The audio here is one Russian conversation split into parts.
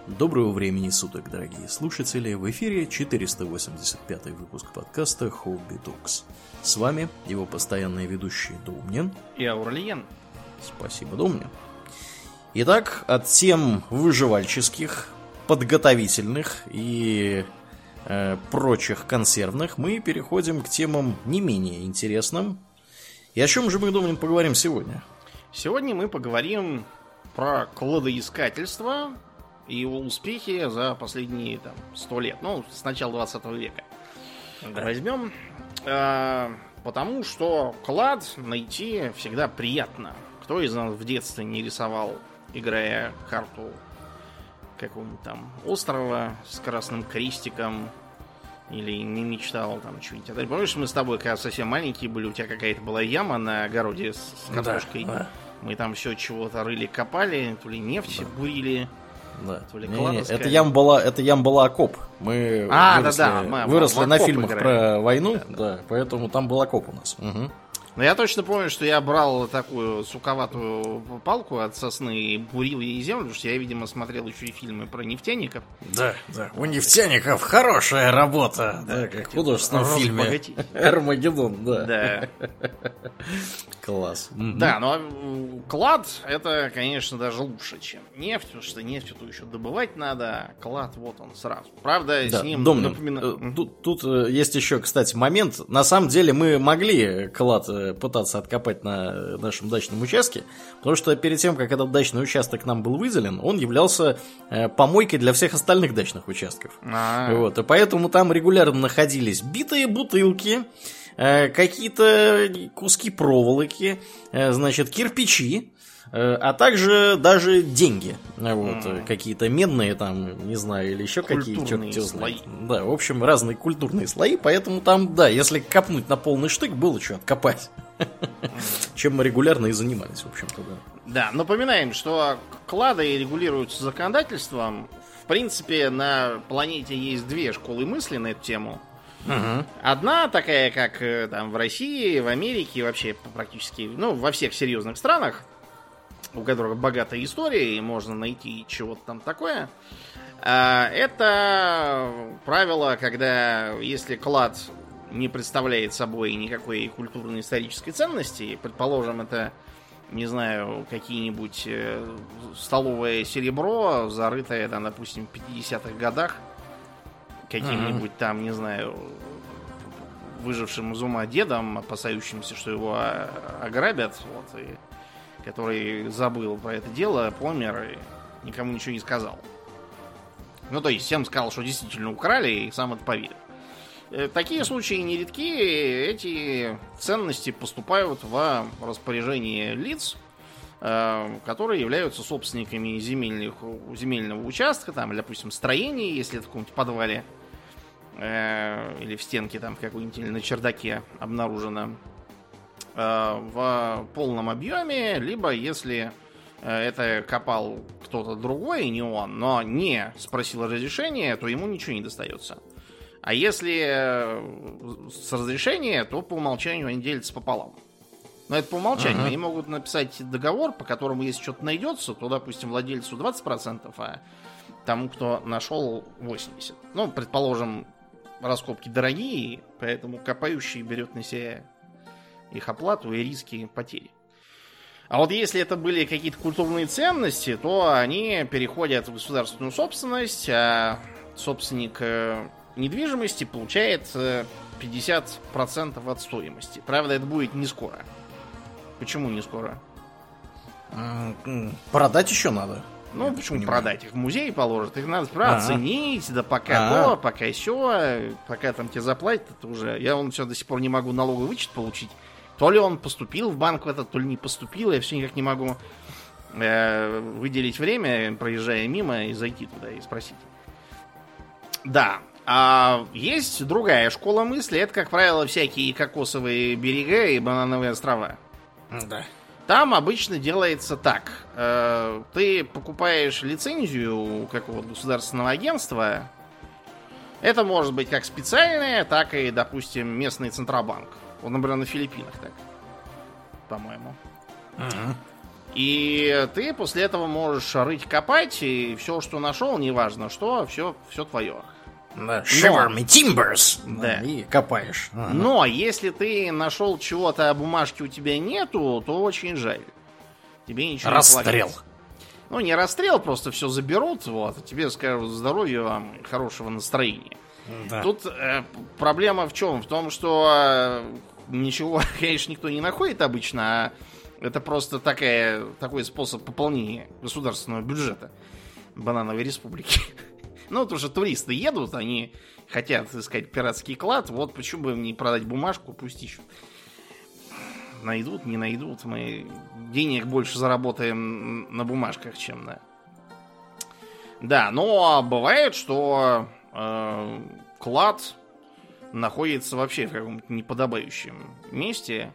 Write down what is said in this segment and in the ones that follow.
Доброго времени суток, дорогие слушатели! В эфире 485 выпуск подкаста Hobby Talks. С вами его постоянные ведущие Домнин и Аурлиен. Спасибо, Домнин. Итак, от тем выживальческих, подготовительных и прочих консервных мы переходим к темам не менее интересным. И о чем же мы, Домнин, поговорим сегодня? Сегодня мы поговорим про кладоискательство и его успехи за последние 100 лет. Ну, с начала 20 века. Да. Возьмем. Потому что клад найти всегда приятно. Кто из нас в детстве не рисовал, играя карту какого-нибудь там острова с красным крестиком, или не мечтал там что-нибудь. Помнишь, мы с тобой, когда совсем маленькие были, у тебя какая-то была яма на огороде с картошкой. Да. Мы там все чего-то рыли, копали, то ли нефть бурили. Да. Это ям была окоп. Мы выросли на фильмах про войну, да, поэтому там был окоп у нас. Угу. Но я точно помню, что я брал такую суковатую палку от сосны и бурил ей землю, потому что я, видимо, смотрел еще и фильмы про нефтяников. Да, у нефтяников хорошая работа, да, как в художественном фильме Армагеддон, да. Класс. Да, но клад это, конечно, даже лучше, чем нефть, потому что нефть-то еще добывать надо, а клад вот он сразу. Правда, с ним напоминаю. Тут есть еще, кстати, момент. На самом деле мы могли клад пытаться откопать на нашем дачном участке, потому что перед тем, как этот дачный участок нам был выделен, он являлся помойкой для всех остальных дачных участков. Вот, и поэтому там регулярно находились битые бутылки, какие-то куски проволоки, значит, кирпичи, а также даже деньги, вот, какие-то медные там, не знаю, или еще какие-то слои. Да, в общем, разные культурные слои, поэтому там, да, если копнуть на полный штык, было что откопать. Чем мы регулярно и занимались, в общем-то, да. Да, напоминаем, что клады регулируются законодательством. В принципе, на планете есть две школы мысли на эту тему. Одна такая, как там в России, в Америке, вообще практически, во всех серьезных странах, у которых богатая история, и можно найти чего-то там такое. Это правило, когда если клад не представляет собой никакой культурно-исторической ценности, предположим, это, не знаю, какие-нибудь столовое серебро, зарытое, там, допустим, в 50-х годах, каким-нибудь там, не знаю, выжившим из ума дедом, опасающимся, что его ограбят, вот, и который забыл про это дело, помер и никому ничего не сказал. То есть всем сказал, что действительно украли, и сам это поверил. Такие случаи нередки, эти ценности поступают в распоряжение лиц, которые являются собственниками земельного участка, там, или, допустим, строения, если это в каком-нибудь подвале, или в стенке там какой-нибудь, или на чердаке обнаружено в полном объеме, либо если это копал кто-то другой, не он, но не спросил разрешения, то ему ничего не достается. А если с разрешения, то по умолчанию они делятся пополам. Но это по умолчанию. Они могут написать договор, по которому если что-то найдется, то, допустим, владельцу 20%, а тому, кто нашел, 80%. Предположим, раскопки дорогие, поэтому копающий берет на себя их оплату и риски потери. А вот если это были какие-то культурные ценности, то они переходят в государственную собственность, а собственник недвижимости получает 50% от стоимости. Правда, это будет не скоро. Почему не скоро? Продать еще надо. Почему продать? Их в музей положат. Их надо оценить, да пока то, пока сё, пока там тебе заплатят, это уже... Я все до сих пор не могу налоговый вычет получить. То ли он поступил в банк в этот, то ли не поступил. Я все никак не могу выделить время, проезжая мимо, и зайти туда и спросить. Да. А есть другая школа мысли. Это, как правило, всякие кокосовые берега и банановые острова. Да. Там обычно делается так. Ты покупаешь лицензию у какого-то государственного агентства. Это может быть как специальное, так и, допустим, местный Центробанк. Вот, например, на Филиппинах так. По-моему. И ты после этого можешь рыть, копать, и все, что нашел, неважно что, все твое. Да, shiver me timbers. Да. И копаешь. Ага. Но если ты нашел чего-то, а бумажки у тебя нету, то очень жаль. Тебе ничего Расстрел. не платят. Ну, не расстрел, просто все заберут, вот, а тебе скажут здоровья вам, хорошего настроения. Да. Тут проблема в чем? В том, что ничего, конечно, никто не находит обычно, а это просто такой способ пополнения государственного бюджета Банановой республики. Ну, вот уже туристы едут, они хотят искать пиратский клад, вот почему бы им не продать бумажку, пусть ищут. Найдут, не найдут, мы денег больше заработаем на бумажках, чем на... Да, но бывает, что клад находится вообще в каком-то неподобающем месте,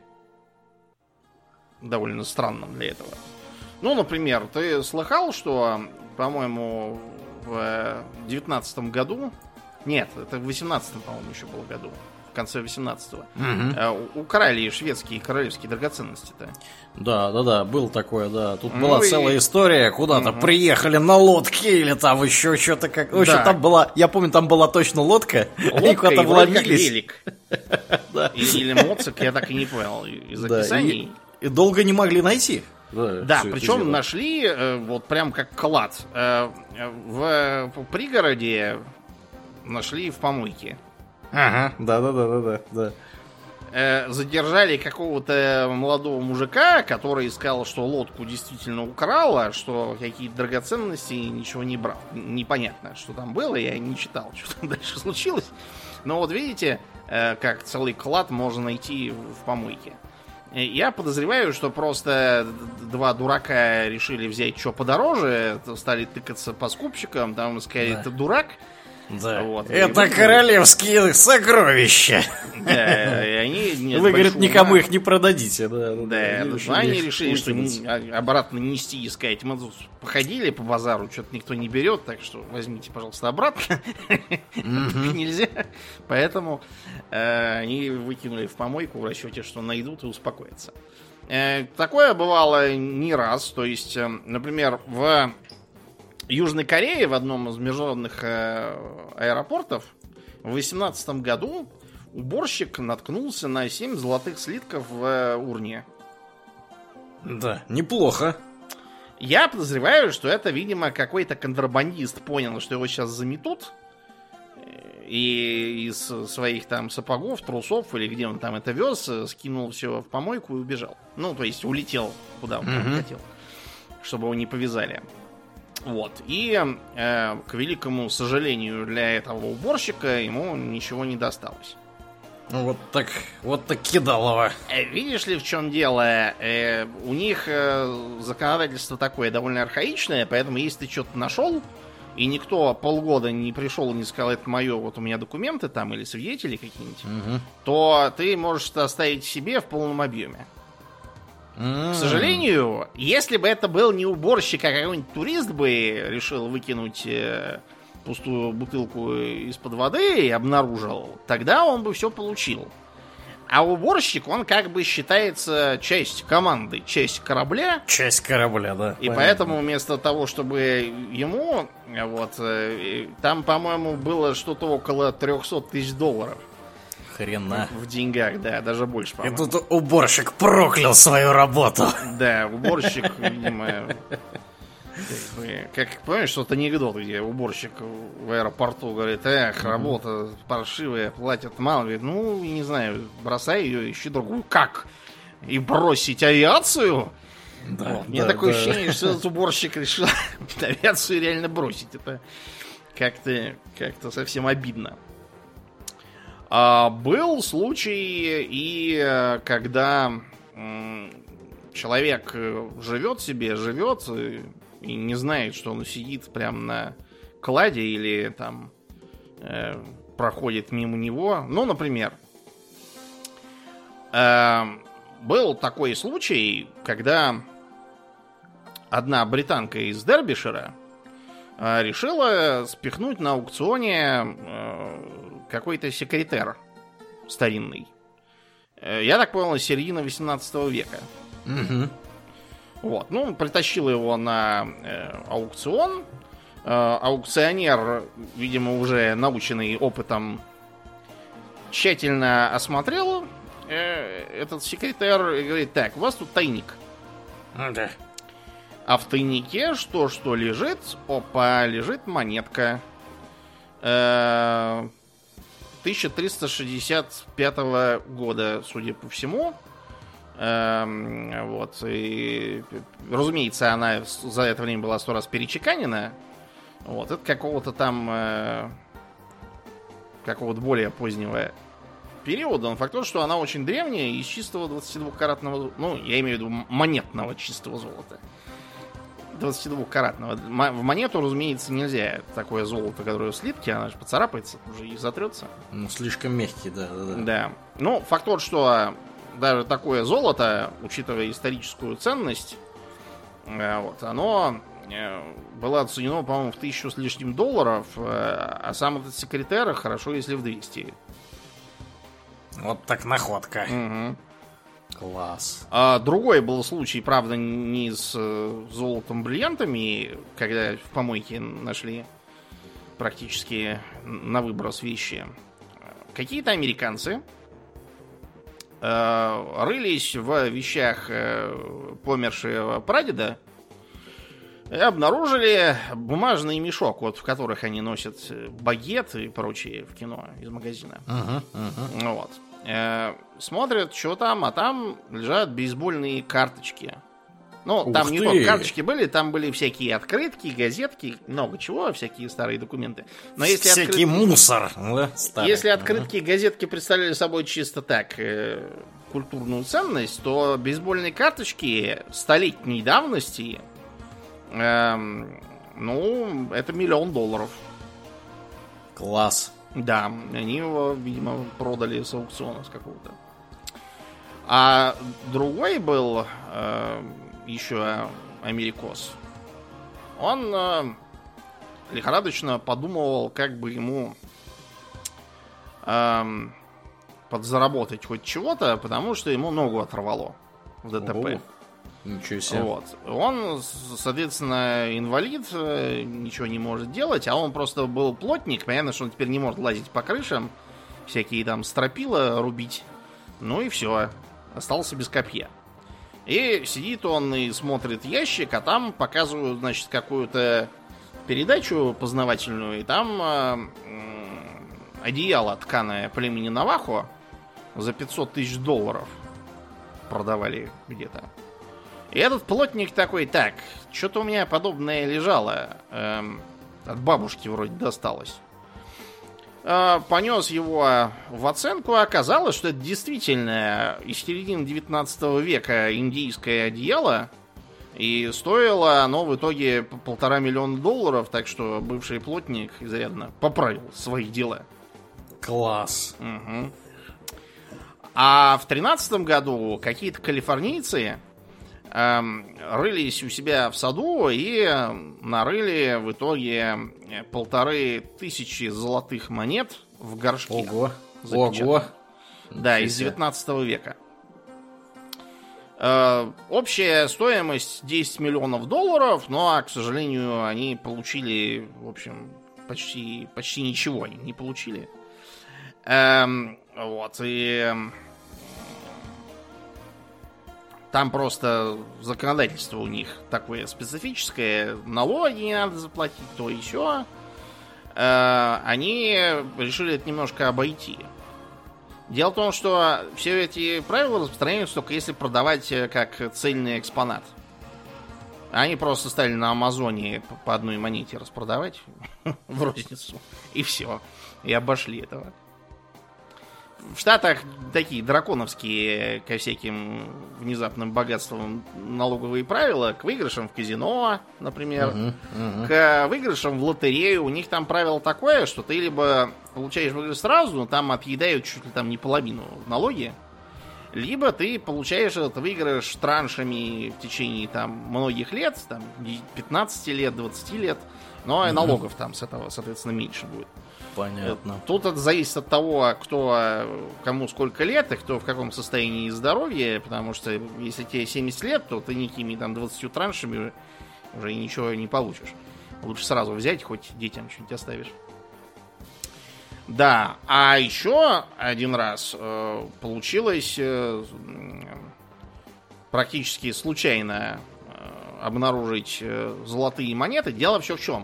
довольно странном для этого. Ну, например, ты слыхал, что, по-моему, в 19-м году... Нет, это в 18-м, по-моему, еще был году. В конце 18-го. Украли шведские королевские драгоценности-то. Да, было такое, да. Тут была целая история, куда-то приехали на лодке или там еще что-то как... В общем, там была... Я помню, там была точно лодка. Они куда-то вломились. Велик. Или моцик, я так и не понял из описаний. И долго не могли найти. Да, причем нашли вот прям как клад. В пригороде нашли в помойке. Ага, да. Задержали какого-то молодого мужика, который сказал, что лодку действительно украл, а что какие-то драгоценности ничего не брал. Непонятно, что там было, я не читал, что там дальше случилось. Но вот видите, как целый клад можно найти в помойке. Я подозреваю, что просто два дурака решили взять что подороже, стали тыкаться по скупщикам, там сказали, ты дурак. Да. Вот, это королевские сокровища. Да, и они... Вы, говорит, никому их не продадите. Да, они решили, что обратно нести искать. Мы тут походили по базару, что-то никто не берет, так что возьмите, пожалуйста, обратно. Нельзя. Поэтому они выкинули в помойку в расчете, что найдут и успокоятся. Такое бывало не раз. То есть, например, в Южной Корее в одном из международных аэропортов в 2018 году уборщик наткнулся на 7 золотых слитков в урне. Да, неплохо. Я подозреваю, что это, видимо, какой-то контрабандист понял, что его сейчас заметут, и из своих там сапогов, трусов, или где он там это вез, скинул все в помойку и убежал. Ну, то есть улетел, куда он там хотел, чтобы его не повязали. Вот. И, к великому сожалению для этого уборщика, ему ничего не досталось. Вот так кидалово. Видишь ли, в чем дело? У них законодательство такое довольно архаичное, поэтому если ты что-то нашел, и никто полгода не пришел и не сказал, это мое, вот у меня документы там, или свидетели какие-нибудь, то ты можешь это оставить себе в полном объеме. К сожалению, если бы это был не уборщик, а какой-нибудь турист бы решил выкинуть пустую бутылку из-под воды и обнаружил, тогда он бы все получил. А уборщик, он как бы считается часть команды, часть корабля. Часть корабля, да. И понятно. Поэтому вместо того, чтобы ему, вот, там, по-моему, было что-то около $300 тысяч. Хрена. В деньгах, да, даже больше, по-моему. И тут уборщик проклял свою работу. Да, уборщик, видимо... Как, понимаешь, что-то анекдот, где уборщик в аэропорту говорит, работа паршивая, платят мало. Говорит, ну, не знаю, бросай ее, ищи другую. Как? И бросить авиацию? Да, вот. Мне такое ощущение, что этот уборщик решил авиацию реально бросить. Это как-то совсем обидно. Был случай, и когда человек живет и не знает, что он сидит прямо на кладе или там проходит мимо него. Ну, например, был такой случай, когда одна британка из Дербишира решила спихнуть на аукционе какой-то секретер старинный. Я так понял, середина 18 века. Вот. Ну, притащил его на аукцион. Аукционер, видимо, уже наученный опытом, тщательно осмотрел этот секретер и говорит: так, у вас тут тайник. Да. А в тайнике что лежит? Опа, лежит монетка 1365 года, судя по всему. Вот. И, разумеется, она за это время была 100 раз перечеканена. Вот. Это какого-то там какого-то более позднего периода. Но факт тот, что она очень древняя, из чистого 22-каратного, ну, я имею в виду монетного чистого золота. 22-каратного. В монету, разумеется, нельзя. Такое золото, которое в слитке, она же поцарапается, уже и затрется. Ну, слишком мягкий, да. Да. Ну, факт тот, что даже такое золото, учитывая историческую ценность, вот, оно было оценено, по-моему, в 1000 с лишним долларов, а сам этот секретарь хорошо, если в 200. Вот так находка. Угу. Класс. Другой был случай, правда, не с золотом, бриллиантами, когда в помойке нашли практически на выброс вещи. Какие-то американцы рылись в вещах помершего прадеда и обнаружили бумажный мешок, вот в которых они носят багет и прочее в кино из магазина. Вот. Смотрят, что там, а там лежат бейсбольные карточки. Ну, там не только карточки были, там были всякие открытки, газетки, много чего, всякие старые документы. Но если всякий мусор. Да, если открытки и газетки представляли собой чисто так культурную ценность, то бейсбольные карточки столетней давности, ну, это $1 миллион. Класс. Да, они его, видимо, продали с аукциона с какого-то. А другой был еще америкос. Он лихорадочно подумывал, как бы ему подзаработать хоть чего-то, потому что ему ногу оторвало в ДТП. Ого. Ничего себе. Вот. Он, соответственно, инвалид, ничего не может делать, а он просто был плотник. Понятно, что он теперь не может лазить по крышам, всякие там стропила рубить. Ну и все. Остался без копья. И сидит он и смотрит ящик, а там показывают, значит, какую-то передачу познавательную, и там одеяло тканое племени Навахо за $500 000 продавали где-то. И этот плотник такой: так, что-то у меня подобное лежало, от бабушки вроде досталось. Понес его в оценку, оказалось, что это действительно из середины 19 века индийское одеяло, и стоило оно в итоге $1,5 миллиона, так что бывший плотник изрядно поправил свои дела. Класс. Угу. А в 13 году какие-то калифорнийцы рылись у себя в саду и нарыли в итоге 1500 золотых монет в горшке. Ого. Ого. Да, из 19 века. Общая стоимость $10 миллионов, но, к сожалению, они получили, в общем, почти ничего они не получили. Вот, и там просто законодательство у них такое специфическое. Налоги не надо заплатить, то еще. Они решили это немножко обойти. Дело в том, что все эти правила распространяются только если продавать как цельный экспонат. Они просто стали на Амазоне по одной монете распродавать в розницу. И все. И обошли этого. В Штатах такие драконовские ко всяким внезапным богатствам налоговые правила. К выигрышам в казино, например. К выигрышам в лотерею. У них там правило такое, что ты либо получаешь выигрыш сразу, но там отъедают чуть ли там не половину налоги. либо ты получаешь этот выигрыш траншами в течение там многих лет, там 15 лет, 20 лет, но и налогов там с этого, соответственно, меньше будет. Понятно. Тут это зависит от того, кому сколько лет и кто в каком состоянии здоровья, потому что если тебе 70 лет, то ты никакими там 20 траншами уже ничего не получишь. Лучше сразу взять, хоть детям что-нибудь оставишь. Да, а еще один раз получилось практически случайно обнаружить золотые монеты. Дело все в чем.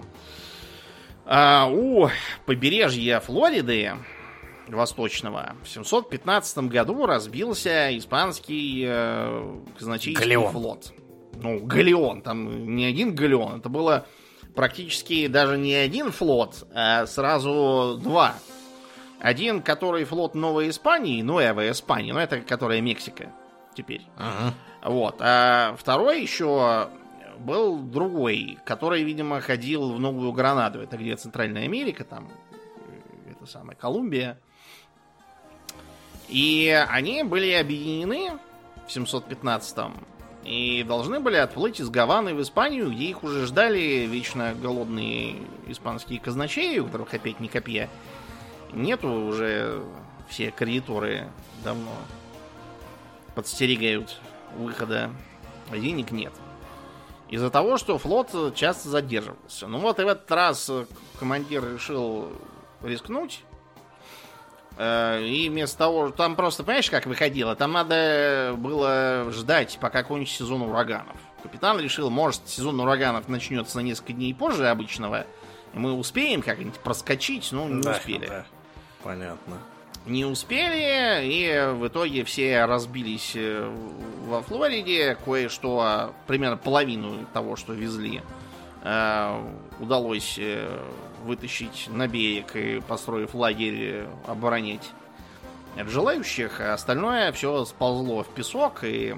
У побережья Флориды восточного в 715 году разбился испанский казначейский флот. Ну, галеон, там не один галеон, это было практически даже не один флот, а сразу два. Один, который флот Новой Испании, Нуэва Испания, ну это которая Мексика теперь. Ага. Вот. А второй еще был другой, который, видимо, ходил в Новую Гранаду. Это где Центральная Америка, там это самая Колумбия. И они были объединены в 715-м и должны были отплыть из Гаваны в Испанию, где их уже ждали вечно голодные испанские казначеи, у которых опять ни копья. Нету уже, все кредиторы давно подстерегают выхода, а денег нет. Из-за того, что флот часто задерживался. Ну вот и в этот раз командир решил рискнуть. И вместо того, там просто, понимаешь, как выходило? Там надо было ждать, пока кончится сезон ураганов. Капитан решил, может, сезон ураганов начнется на несколько дней позже обычного, и мы успеем как-нибудь проскочить, но не успели. Да. Понятно. Не успели, и в итоге все разбились во Флориде. Кое-что, примерно половину того, что везли, удалось вытащить на берег и, построив лагерь, оборонять от желающих. А остальное все сползло в песок и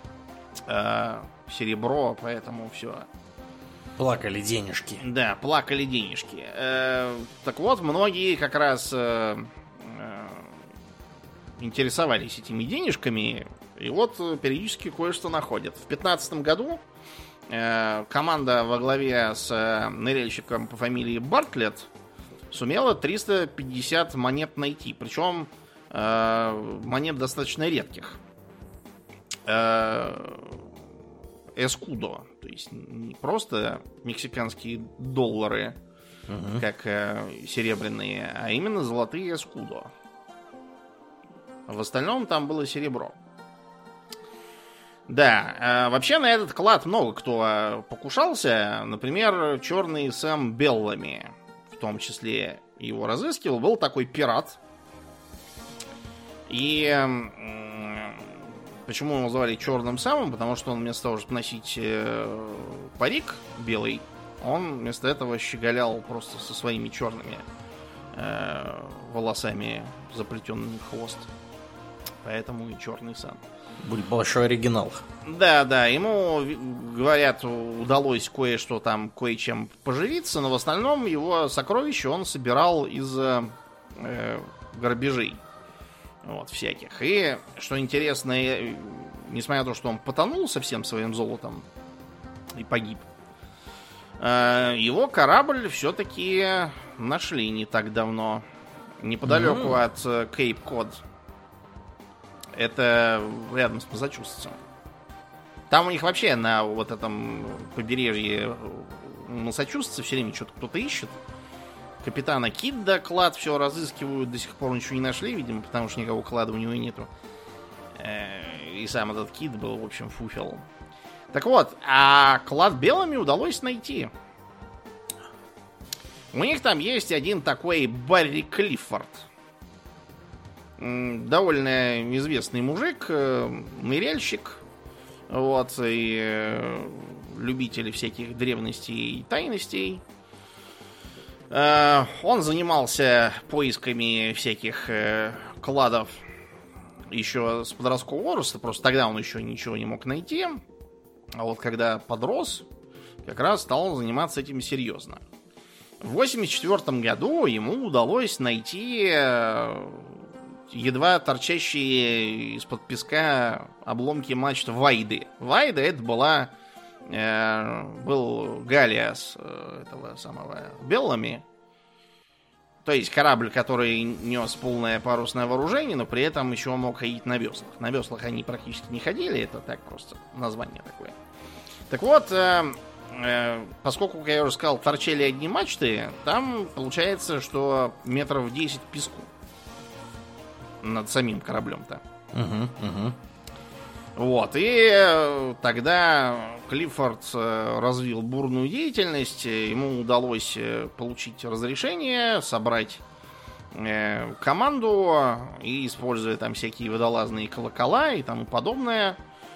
серебро, поэтому все. Плакали денежки. Да, плакали денежки. Так вот, многие как раз интересовались этими денежками, и вот периодически кое-что находят. В 2015 году команда во главе с ныряльщиком по фамилии Бартлетт сумела 350 монет найти. Причем монет достаточно редких. Эскудо. То есть не просто мексиканские доллары, как серебряные, а именно золотые эскудо. В остальном там было серебро. Да, вообще на этот клад много кто покушался. Например, черный Сэм Беллами, в том числе его разыскивал. Был такой пират. И почему его звали Черным Сэмом? Потому что он вместо того, чтобы носить парик белый, он вместо этого щеголял просто со своими черными волосами, заплетенными в хвост. Поэтому и Черный Сэм. Будет большой оригинал. Да, ему, говорят, удалось кое-что там, кое-чем поживиться, но в основном его сокровища он собирал из грабежей. Вот, всяких. И, что интересно, несмотря на то, что он потонул со всем своим золотом и погиб, его корабль все-таки нашли не так давно. Неподалеку от Кейп-Код. Это рядом с Массачусетсом. Там у них вообще на вот этом побережье Массачусетса все время что-то кто-то ищет. Капитана Кидда клад все разыскивают, до сих пор ничего не нашли, видимо, потому что никакого клада у него и нету. И сам этот Кид был, в общем, фуфел. Так вот, а клад Белами удалось найти. У них там есть один такой Барри Клиффорд. Довольно известный мужик, ныряльщик, вот, и любитель всяких древностей и тайностей. Он занимался поисками всяких кладов еще с подросткового возраста, просто тогда он еще ничего не мог найти. А вот когда подрос, как раз стал заниматься этим серьезно. В 1984 году ему удалось найти едва торчащие из-под песка обломки мачт Вайды. Вайда это был Галиас этого самого Беллами. То есть корабль, который нес полное парусное вооружение, но при этом еще мог ходить на веслах. На веслах они практически не ходили, это так просто название такое. Так вот, поскольку, как я уже сказал, торчали одни мачты, там получается, что метров 10 песку над самим кораблем-то. Вот, и тогда Клиффорд развил бурную деятельность, ему удалось получить разрешение, собрать команду и, используя там всякие водолазные колокола и тому подобное,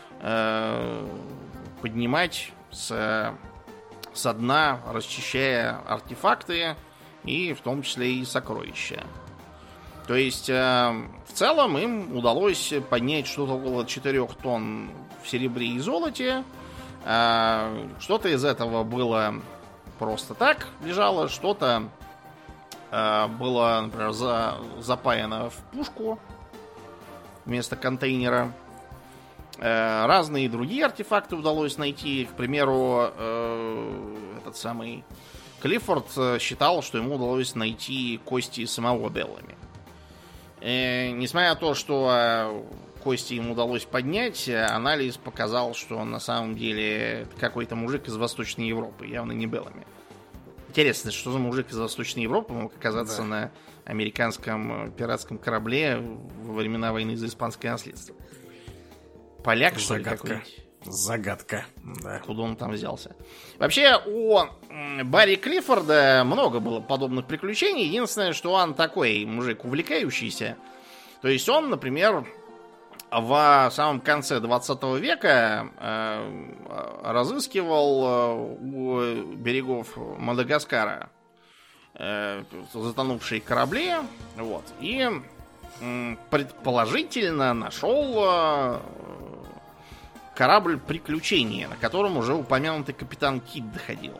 поднимать со дна, расчищая артефакты и в том числе и сокровища. То есть, в целом им удалось поднять что-то около 4 тонн в серебре и золоте. Что-то из этого было просто так лежало, что-то было, например, запаяно в пушку вместо контейнера. Разные другие артефакты удалось найти. К примеру, этот самый Клиффорд считал, что ему удалось найти кости самого Беллами. Несмотря на то, что кости ему удалось поднять, анализ показал, что он на самом деле какой-то мужик из Восточной Европы, явно не Беллами. Интересно, что за мужик из Восточной Европы мог оказаться на американском пиратском корабле во времена войны за испанское наследство? Поляк, что ли, какой-нибудь? Загадка. Да. Откуда он там взялся? Вообще, у Барри Клиффорда много было подобных приключений. Единственное, что он такой мужик увлекающийся. То есть он, например, в самом конце 20 века разыскивал у берегов Мадагаскара затонувшие корабли. Вот, и предположительно нашел корабль приключения, на котором уже упомянутый капитан Кид доходил.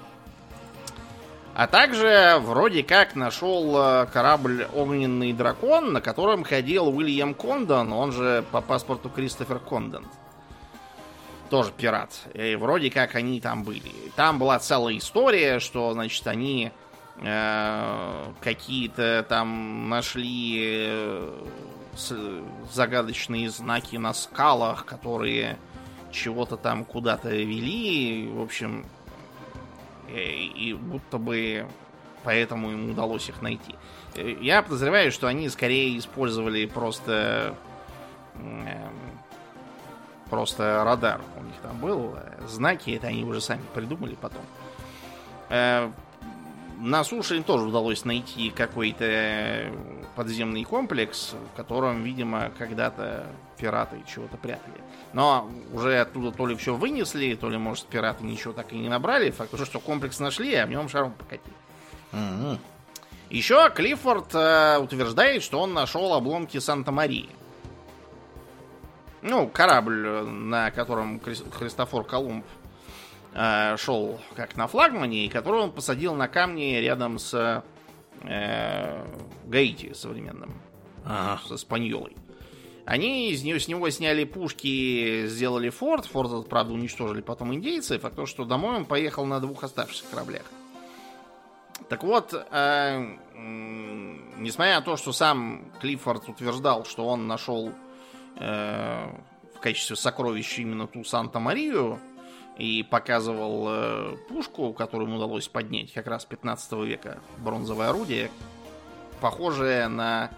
А также вроде как нашел корабль «Огненный дракон», на котором ходил Уильям Кондон, он же по паспорту Кристофер Кондон. Тоже пират. И вроде как они там были. Там была целая история, что, значит, они какие-то там нашли загадочные знаки на скалах, которые чего-то там куда-то вели. В общем, и будто бы поэтому им удалось их найти. Я подозреваю, что они скорее использовали просто радар у них там был. Знаки это они уже сами придумали потом. На суше им тоже удалось найти какой-то подземный комплекс, в котором, видимо, когда-то пираты чего-то прятали. Но уже оттуда то ли все вынесли, то ли, может, пираты ничего так и не набрали. Факт то, что комплекс нашли, а в нем шаром покатили. Еще Клиффорд утверждает, что он нашел обломки Санта-Марии. Ну, корабль, на котором Христофор Колумб шел как на флагмане, и который он посадил на камни рядом с Гаити современным, с Испаньолой. Они с него сняли пушки, сделали форт. Форт этот, правда, уничтожили потом индейцы. Факт то, что домой он поехал на 2 оставшихся кораблях. Так вот, несмотря на то, что сам Клиффорд утверждал, что он нашел в качестве сокровища именно ту Санта-Марию и показывал пушку, которую ему удалось поднять, как раз 15 века, бронзовое орудие, похожее на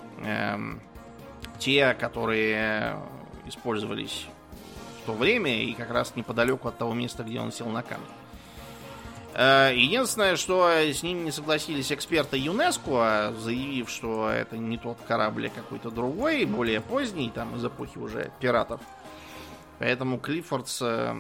те, которые использовались в то время и как раз неподалеку от того места, где он сел на камень. Единственное, что с ним не согласились эксперты ЮНЕСКО, заявив, что это не тот корабль, а какой-то другой, более поздний, там из эпохи уже пиратов. Поэтому Клиффорд с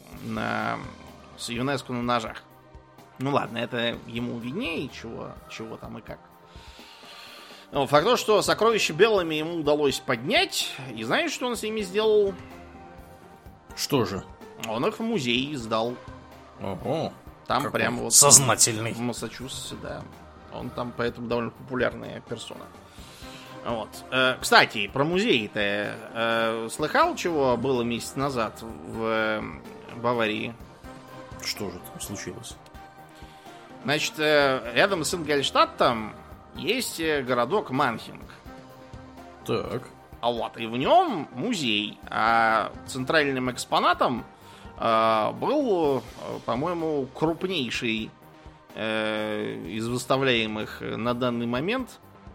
ЮНЕСКО на ножах. Ну ладно, это ему виднее, чего там и как. Но факт то, что сокровища Беллами ему удалось поднять. И знаешь, что он с ними сделал? Что же? Он их в музей сдал. Ого. Там прямо вот сознательный. В Массачусетсе, да. Он там поэтому довольно популярная персона. Вот. Кстати, про музей-то слыхал, чего было месяц назад в Баварии? Что же там случилось? Значит, рядом с Ингольштадтом есть городок Манхинг. Так. И в нем музей. А центральным экспонатом был, по-моему, крупнейший из выставляемых на данный момент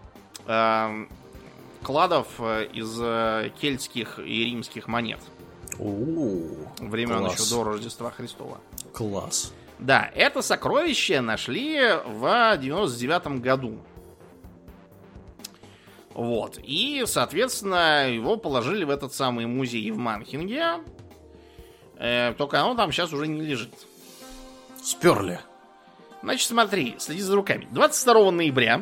кладов из кельтских и римских монет. Времен класс. еще до Рождества Христова. Класс. Да, это сокровище нашли в 99-м году. Вот. И, соответственно, его положили в этот самый музей в Манхинге. Только оно там сейчас уже не лежит. Сперли. Значит, смотри, следи за руками. 22 ноября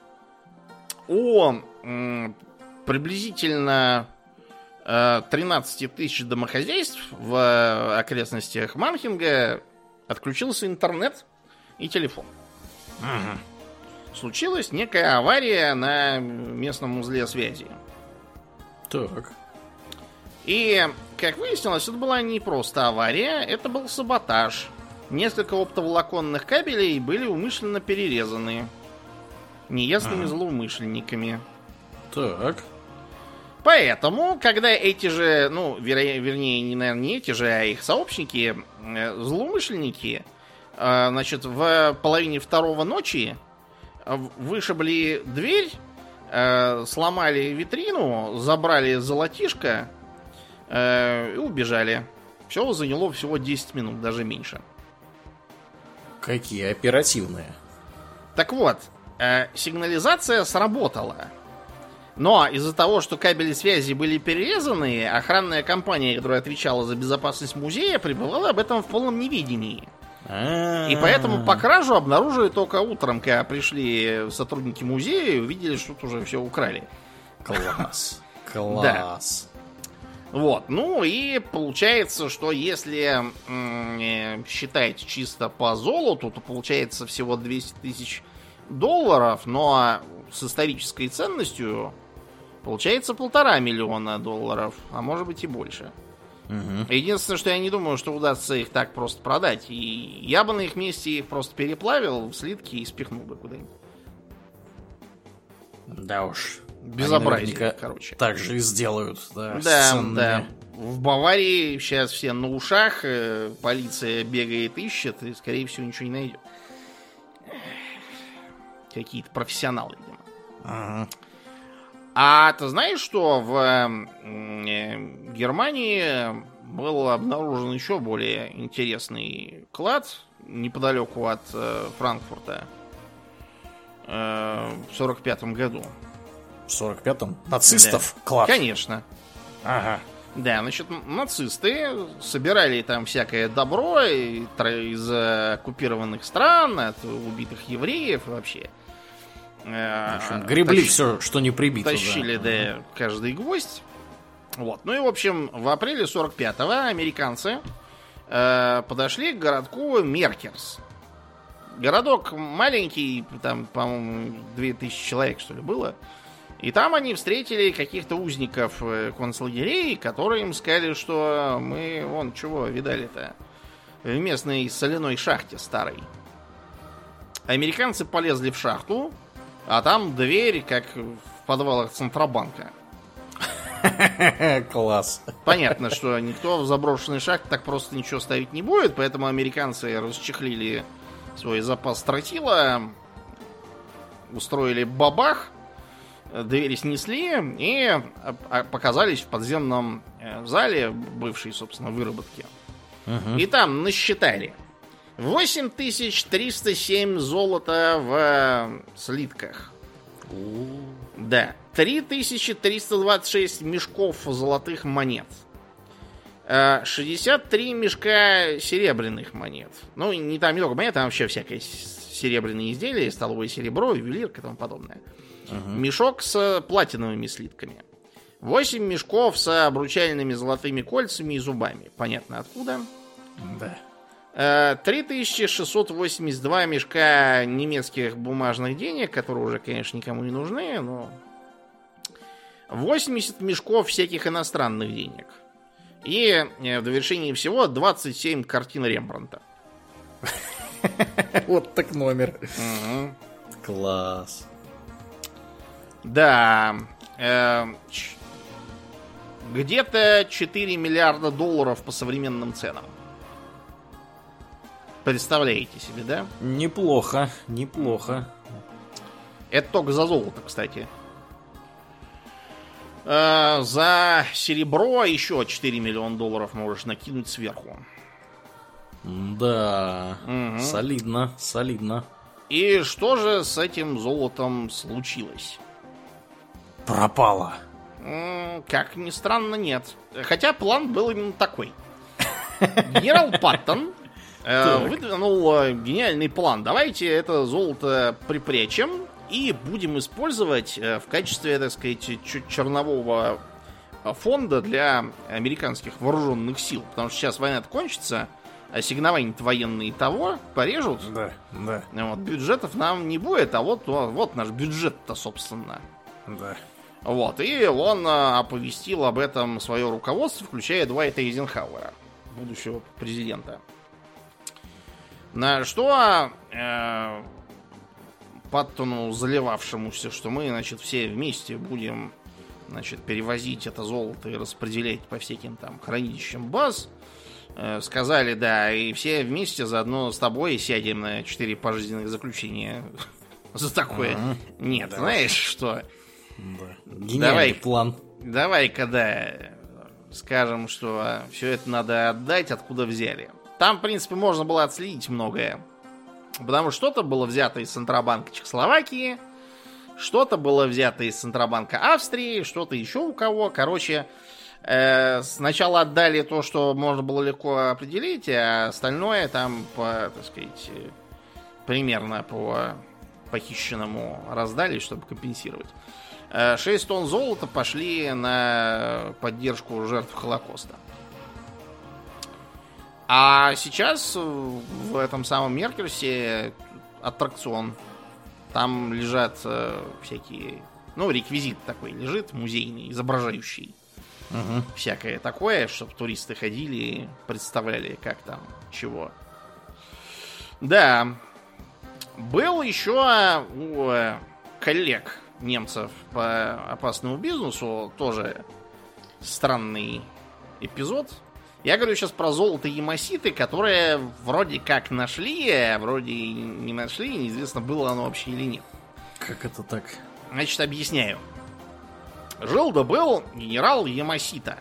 у приблизительно 13 тысяч домохозяйств в окрестностях Манхинга отключился интернет и телефон. Случилась некая авария на местном узле связи. Так. И, как выяснилось, это была не просто авария, это был саботаж. Несколько оптоволоконных кабелей были умышленно перерезаны неясными злоумышленниками. Так. Поэтому, когда эти же, вернее, наверное, не эти же, а их сообщники, злоумышленники, значит, в половине второго ночи вышибли дверь, сломали витрину, забрали золотишко и убежали. Все заняло всего 10 минут, даже меньше. Какие оперативные. Так вот, сигнализация сработала. Но из-за того, что кабели связи были перерезаны, охранная компания, которая отвечала за безопасность музея, пребывала об этом в полном неведении. И поэтому по кражу обнаружили только утром, когда пришли сотрудники музея и увидели, что тут уже все украли. Класс. Класс. Вот, ну и получается, что если считать чисто по золоту, то получается всего 200 тысяч долларов, но с исторической ценностью получается 1,5 миллиона долларов, а может быть и больше. Единственное, что я не думаю, что удастся их так просто продать. И я бы на их месте их просто переплавил в слитки и спихнул бы куда-нибудь. Да уж. Безобразие, короче. Так же и сделают. Да, да. В Баварии сейчас все на ушах, полиция бегает, ищет, и, скорее всего, ничего не найдет. Какие-то профессионалы, видимо. А ты знаешь, что в Германии был обнаружен еще более интересный клад неподалеку от Франкфурта в 45-м году. В 45-м? Нацистов? Да. Клад? Конечно. Ага. Да, значит, нацисты собирали там всякое добро из оккупированных стран, от убитых евреев и вообще. В общем, гребли все, что не прибито. Тащили, да, каждый гвоздь. Вот. Ну и, в общем, в апреле 45-го американцы подошли к городку Меркерс. Городок маленький, там, по-моему, 2000 человек, что ли, было. И там они встретили каких-то узников концлагерей, которые им сказали, что мы, вон, чего видали-то, в местной соляной шахте старой. Американцы полезли в шахту, а там дверь, как в подвалах Центробанка. Класс. Понятно, что никто в заброшенной шахте так просто ничего ставить не будет, поэтому американцы расчехлили свой запас тротила, устроили бабах, двери снесли и показались в подземном зале бывшей, собственно, выработки. И там насчитали 8307 золота в слитках. Да. 3326 мешков золотых монет. 63 мешка серебряных монет. Ну, не там не только монет, там вообще всякое серебряные изделия, столовое серебро, ювелирка и тому подобное. Мешок с платиновыми слитками. 8 мешков с обручальными золотыми кольцами и зубами. Понятно откуда. Да. 3682 мешка немецких бумажных денег, которые уже, конечно, никому не нужны, но 80 мешков всяких иностранных денег. И в довершении всего 27 картин Рембрандта. Вот так номер. Класс. Да. Где-то 4 миллиарда долларов по современным ценам. Представляете себе, да? Неплохо, неплохо. Это только за золото, кстати. За серебро еще 4 миллиона долларов можешь накинуть сверху. Да, солидно, солидно. И что же с этим золотом случилось? Пропало. Как ни странно, нет. Хотя план был именно такой. Генерал Паттон выдвинул гениальный план. Давайте это золото припрячем и будем использовать в качестве, так сказать, чернового фонда для американских вооруженных сил. Потому что сейчас война кончится, ассигнования военные того порежут. Да, да. Вот, бюджетов нам не будет, а вот наш бюджет-то, собственно. Да. Вот, и он оповестил об этом свое руководство, включая Дуайта Эйзенхауэра, будущего президента. На что Паттону, заливавшемуся, что мы, значит, все вместе будем, значит, перевозить это золото и распределять по всяким там хранилищам баз, сказали, да, и все вместе заодно с тобой сядем на 4 пожизненных заключения за такое. Нет, знаешь что? Гениальный план. Давай-ка, да, скажем, что все это надо отдать, откуда взяли. Там, в принципе, можно было отследить многое. Потому что что-то было взято из Центробанка Чехословакии, что-то было взято из Центробанка Австрии, что-то еще у кого. Короче, сначала отдали то, что можно было легко определить, а остальное там, по, так сказать, примерно по похищенному раздали, чтобы компенсировать. 6 тонн золота пошли на поддержку жертв Холокоста. А сейчас в этом самом Меркерсе аттракцион. Там лежат всякие... Ну, реквизит такой лежит, музейный, изображающий всякое такое, чтобы туристы ходили и представляли, как там, чего. Да. Был еще у коллег немцев по опасному бизнесу тоже странный эпизод. Я говорю сейчас про золото Ямаситы, которое вроде как нашли, а вроде и не нашли, неизвестно, было оно вообще или нет. Как это так? Значит, объясняю. Жил да был генерал Ямасита,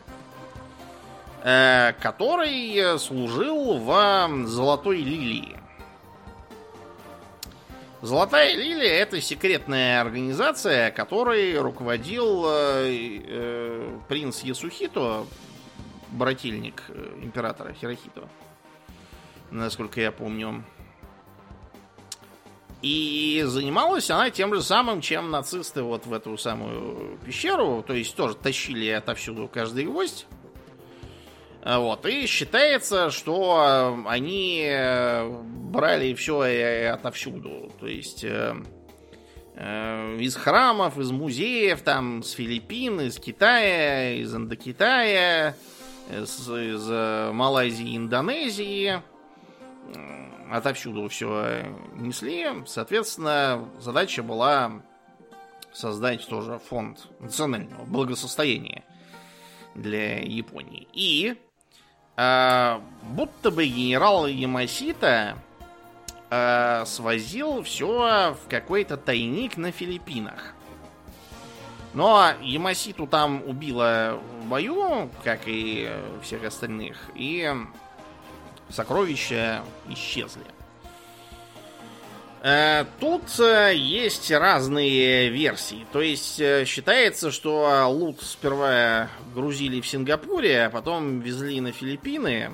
который служил в Золотой Лилии. Золотая Лилия — это секретная организация, которой руководил принц Ясухито, брательник императора Хирохито, насколько я помню. И занималась она тем же самым, чем нацисты вот в эту самую пещеру. То есть тоже тащили отовсюду каждый гвоздь. Вот. И считается, что они брали все отовсюду. То есть из храмов, из музеев, там, с Филиппин, из Китая, из Индокитая, из Малайзии, Индонезии. Отовсюду все несли. Соответственно, задача была создать тоже фонд национального благосостояния для Японии. И будто бы генерал Ямасита свозил все в какой-то тайник на Филиппинах. Но Ямаситу там убило в бою, как и всех остальных, и сокровища исчезли. Тут есть разные версии. То есть считается, что лут сперва грузили в Сингапуре, а потом везли на Филиппины,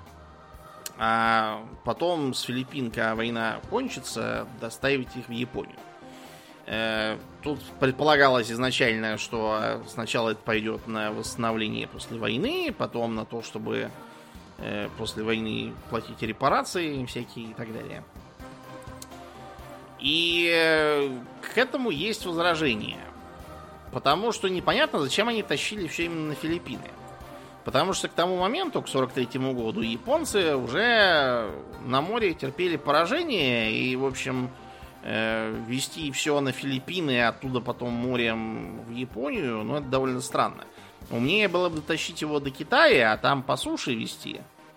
а потом с Филиппин, когда война кончится, доставить их в Японию. Тут предполагалось изначально, что сначала это пойдет на восстановление после войны, потом на то, чтобы после войны платить репарации всякие и так далее. И к этому есть возражение. потому что непонятно, зачем они тащили все именно на Филиппины. Потому что к тому моменту, к 43-му году, японцы уже на море терпели поражение, и, в общем, везти все на Филиппины, а оттуда потом морем в Японию, ну, это довольно странно. Умнее было бы дотащить его до Китая, а там по суше везти,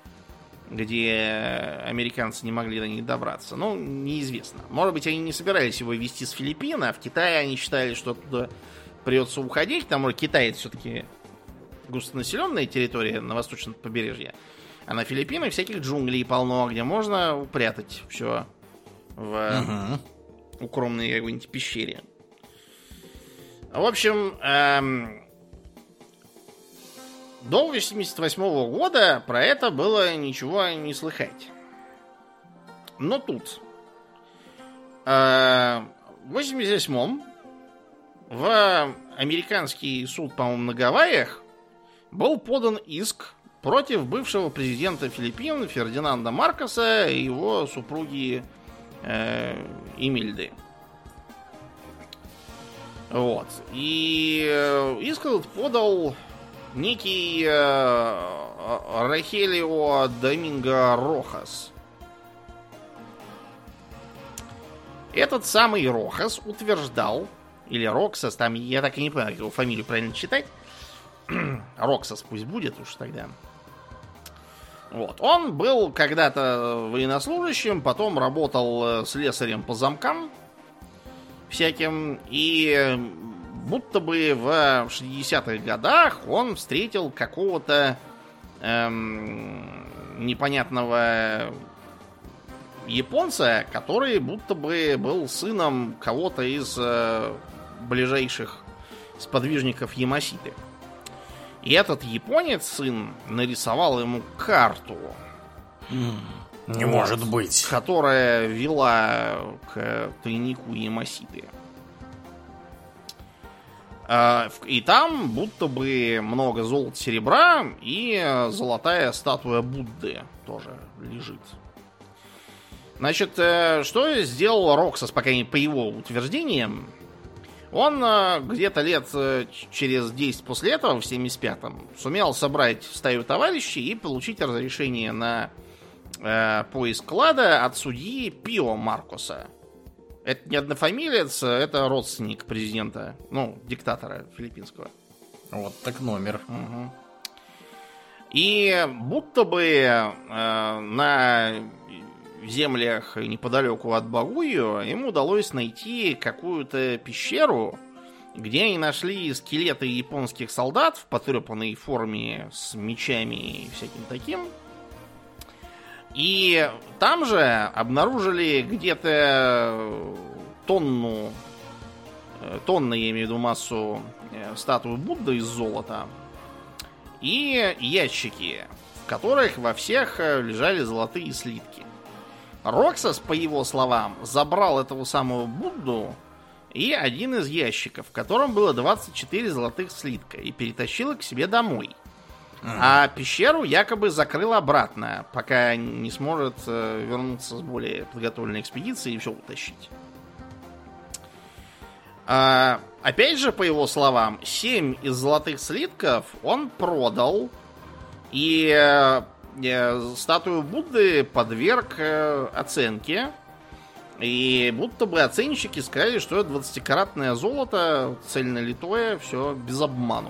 где американцы не могли до них добраться. Ну, неизвестно. Может быть, они не собирались его везти с Филиппин, а в Китае они считали, что оттуда придется уходить, потому что Китай это все-таки густонаселенная территория на восточном побережье. А на Филиппинах всяких джунглей полно, где можно упрятать все в укромной какой-нибудь пещере. В общем, до 88 года про это было ничего не слыхать. Но тут, в 88-м, в американский суд, по-моему, на Гавайях был подан иск против бывшего президента Филиппин Фердинанда Маркоса и его супруги Эмильды. Вот. И иск этот подал некий Рахелио Доминго Рохас. Этот самый Рохас утверждал, или Роксас, там я так и не понимаю, как его фамилию правильно читать. Роксас пусть будет уж тогда. Вот. Он был когда-то военнослужащим, потом работал слесарем по замкам всяким, и будто бы в 60-х годах он встретил какого-то непонятного японца, который будто бы был сыном кого-то из ближайших сподвижников Ямаситы. И этот японец, сын, нарисовал ему карту. Не может быть. Которая вела к тайнику Ямаситы. И там будто бы много золота, серебра и золотая статуя Будды тоже лежит. Значит, что сделал Роксас, пока не по его утверждениям? Он где-то лет через 10 после этого, в 75-м, сумел собрать стаю товарищей и получить разрешение на поиск клада от судьи Пио Маркоса. Это не однофамилец, это родственник президента, ну, диктатора филиппинского. Вот так номер. Угу. И будто бы на землях неподалеку от Багуйо им удалось найти какую-то пещеру, где они нашли скелеты японских солдат в потрепанной форме с мечами и всяким таким. И там же обнаружили где-то тонну, я имею в виду массу статуи Будды из золота и ящики, в которых во всех лежали золотые слитки. Роксас, по его словам, забрал этого самого Будду и один из ящиков, в котором было 24 золотых слитка, и перетащил их к себе домой. А пещеру якобы закрыл обратно, пока не сможет вернуться с более подготовленной экспедицией и все утащить. Опять же, по его словам, 7 из золотых слитков он продал, и статую Будды подверг оценке. И будто бы оценщики сказали, что это 20-каратное золото, цельнолитое, все без обману.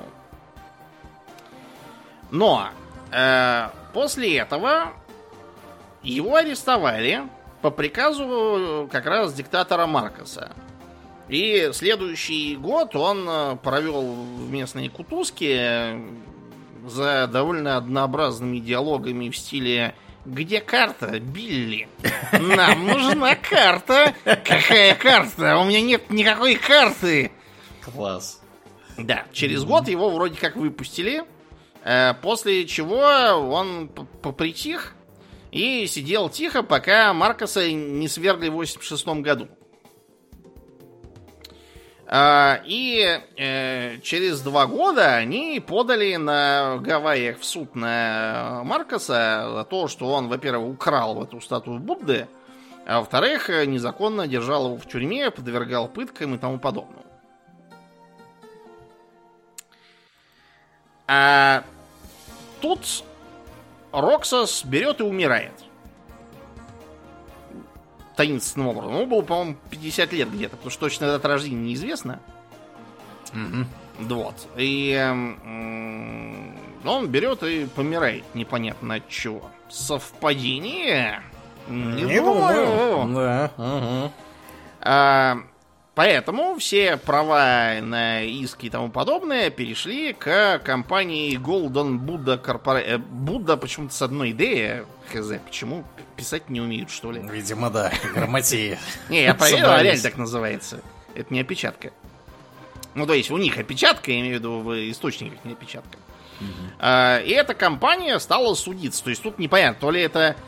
Но после этого его арестовали по приказу как раз диктатора Маркоса. И следующий год он провел в местной Кутузке за довольно однообразными диалогами в стиле «Где карта, Билли? Нам нужна карта! Какая карта? У меня нет никакой карты!» Класс. Да, через год его вроде как выпустили, после чего он попритих и сидел тихо, пока Маркоса не свергли в 86 году. И через 2 года они подали на Гавайях в суд на Маркоса за то, что он, во-первых, украл эту статую Будды, а во-вторых, незаконно держал его в тюрьме, подвергал пыткам и тому подобное. А тут Роксос берет и умирает. Таинственным образом. Ему было, по-моему, 50 лет где-то, потому что точно дата рождения неизвестна. Вот. И он берет и помирает непонятно от чего. Совпадение? Не думаю. Да. Поэтому все права на иски и тому подобное перешли к компании Golden Buddha Corporation. Будда почему-то с одной идеей. Хз, почему? Писать не умеют, что ли? Видимо, да. Грамотеи. Не, я проверил, а реально так называется. Это не опечатка. Ну, то есть у них опечатка, я имею в виду в источниках не опечатка. И эта компания стала судиться. То есть тут непонятно, то ли это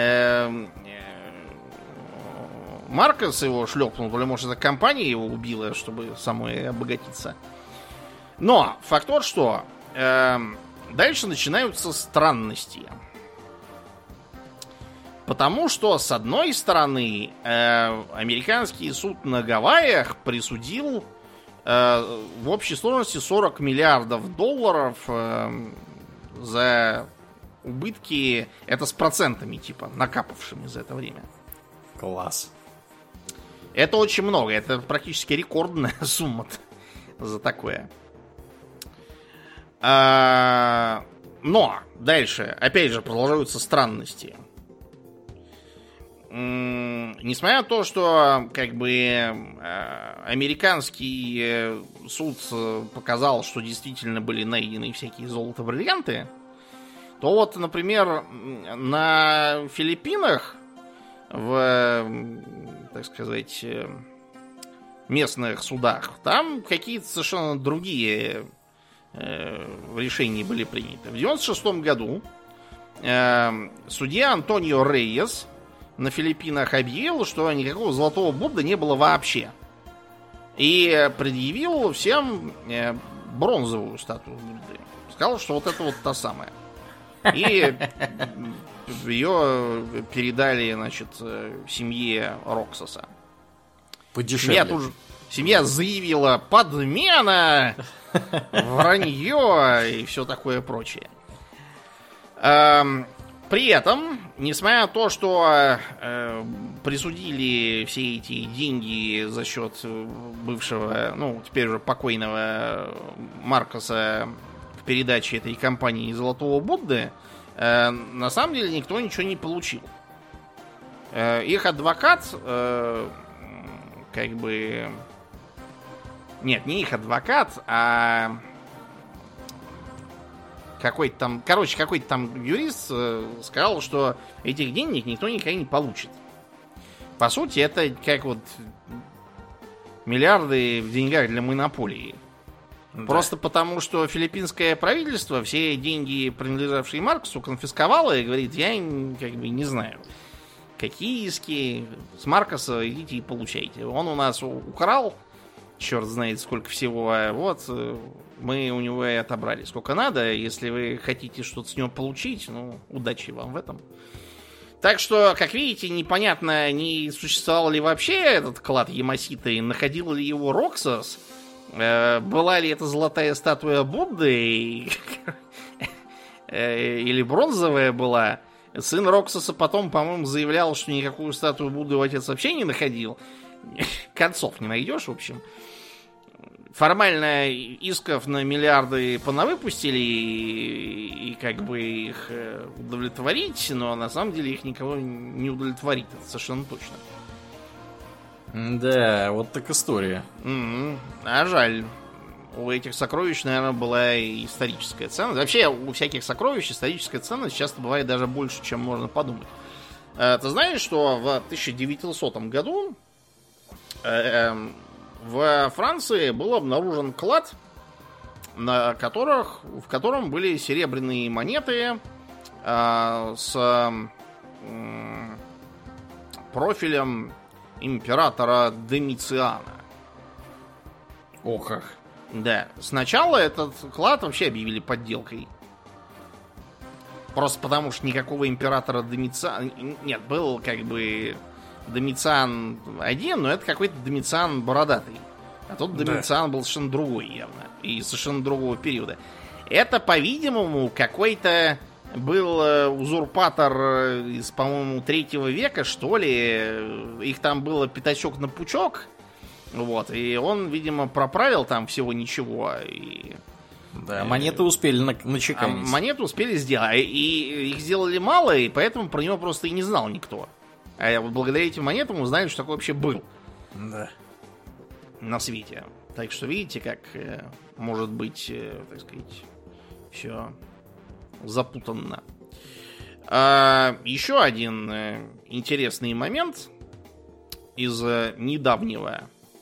Маркос его шлепнул, то ли, может, эта компания его убила, чтобы самой обогатиться. Но факт тот, что дальше начинаются странности. Потому что, с одной стороны, американский суд на Гавайях присудил в общей сложности $40 миллиардов за убытки, это с процентами, типа, накапавшими за это время. Класс. Это очень много, это практически рекордная сумма за такое. Но дальше, опять же, продолжаются странности. Несмотря на то, что как бы американский суд показал, что действительно были найдены всякие золото-бриллианты, то вот, например, на Филиппинах в, так сказать, местных судах там какие-то совершенно другие решения были приняты. В 1996 году судья Антонио Рейес на Филиппинах объявил, что никакого золотого Будды не было вообще. И предъявил всем бронзовую статую Будды. Сказал, что вот это вот та самая. И ее передали, значит, семье Роксоса. Подешевле. Семья заявила: подмена, вранье и все такое прочее. При этом, несмотря на то, что присудили все эти деньги за счет бывшего, ну, теперь уже покойного Маркоса к передаче этой компании Золотого Будды, на самом деле никто ничего не получил. Их адвокат, как бы... Нет, не их адвокат, а... какой-то там, короче, какой-то там юрист сказал, что этих денег никто никогда не получит. По сути, это как вот миллиарды в деньгах для монополии. Да. Просто потому, что филиппинское правительство все деньги, принадлежавшие Марксу, конфисковало и говорит: я как бы не знаю, какие иски, с Маркоса идите и получайте. Он у нас украл, черт знает сколько всего, а вот мы у него и отобрали сколько надо. Если вы хотите что-то с него получить, ну, удачи вам в этом. Так что, как видите, непонятно, не существовал ли вообще этот клад Ямаситы, находил ли его Роксос, была ли это золотая статуя Будды, или бронзовая была. Сын Роксоса потом, по-моему, заявлял, что никакую статую Будды его отец вообще не находил. Концов не найдешь, в общем. Формально исков на миллиарды понавыпустили и как бы их удовлетворить, но на самом деле их никого не удовлетворит, это совершенно точно. Да, вот так история. А жаль. У этих сокровищ, наверное, была и историческая ценность. Вообще, у всяких сокровищ историческая ценность часто бывает даже больше, чем можно подумать. Ты знаешь, что в 1900 году в Франции был обнаружен клад, в котором были серебряные монеты с профилем императора Домициана. Ох ах. Да. Сначала этот клад вообще объявили подделкой. Просто потому, что никакого императора Домициана... Нет, был как бы Домициан один, но это какой-то Домициан бородатый. А тут Домициан был совершенно другой явно. И совершенно другого периода. Это, по-видимому, какой-то был узурпатор из, по-моему, 3 века, что ли. Их там было пятачок на пучок. Вот, и он, видимо, проправил там всего ничего. И... Да, монеты успели начеканить. Монеты успели сделать. И их сделали мало, и поэтому про него просто и не знал никто. А благодаря этим монетам узнали, что такое вообще был. Да. На свете. Так что видите, как может быть, так сказать, все запутанно. Еще один интересный момент из недавнего.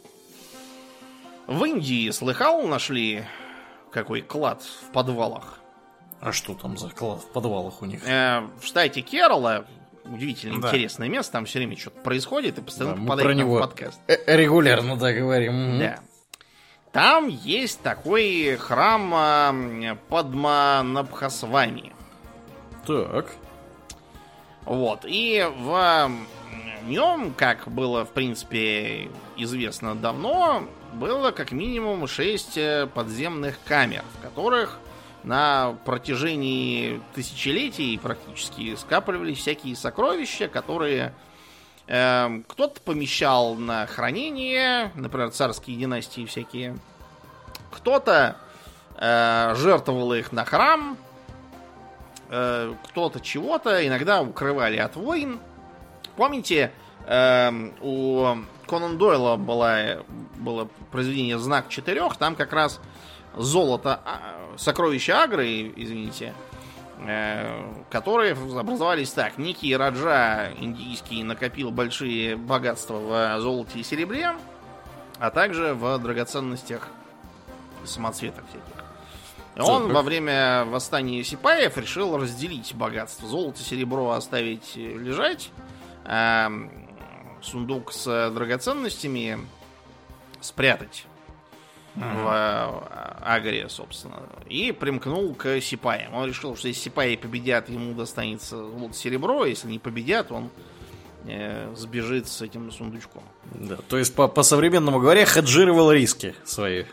В Индии, слыхал, нашли какой клад в подвалах? А что там за клад в подвалах у них? В штате Керала удивительно интересное место, там все время что-то происходит, и постоянно попадает нам в подкаст. Регулярно, да, говорим. Да. Там есть такой храм Падманабхасвами. Так. Вот. И в нем, как было, в принципе, известно давно, было как минимум 6 подземных камер, в которых на протяжении тысячелетий практически скапливались всякие сокровища, которые кто-то помещал на хранение, например, царские династии всякие. Кто-то жертвовал их на храм, кто-то чего-то, иногда укрывали от войн. Помните, у Конан Дойла было произведение «Знак 4», там как раз золото, сокровища Агры, извините, которые образовались так. Некий Раджа индийский накопил большие богатства в золоте и серебре, а также в драгоценностях и самоцветах всяких. И он во время восстания сипаев решил разделить богатство. Золото, серебро оставить лежать, а сундук с драгоценностями спрятать в Агре, собственно. И примкнул к сипаям. Он решил, что если сипаи победят, ему достанется золото, серебро. Если не победят, он сбежит с этим сундучком. Да, то есть, по-современному говоря, хеджировал риски свои.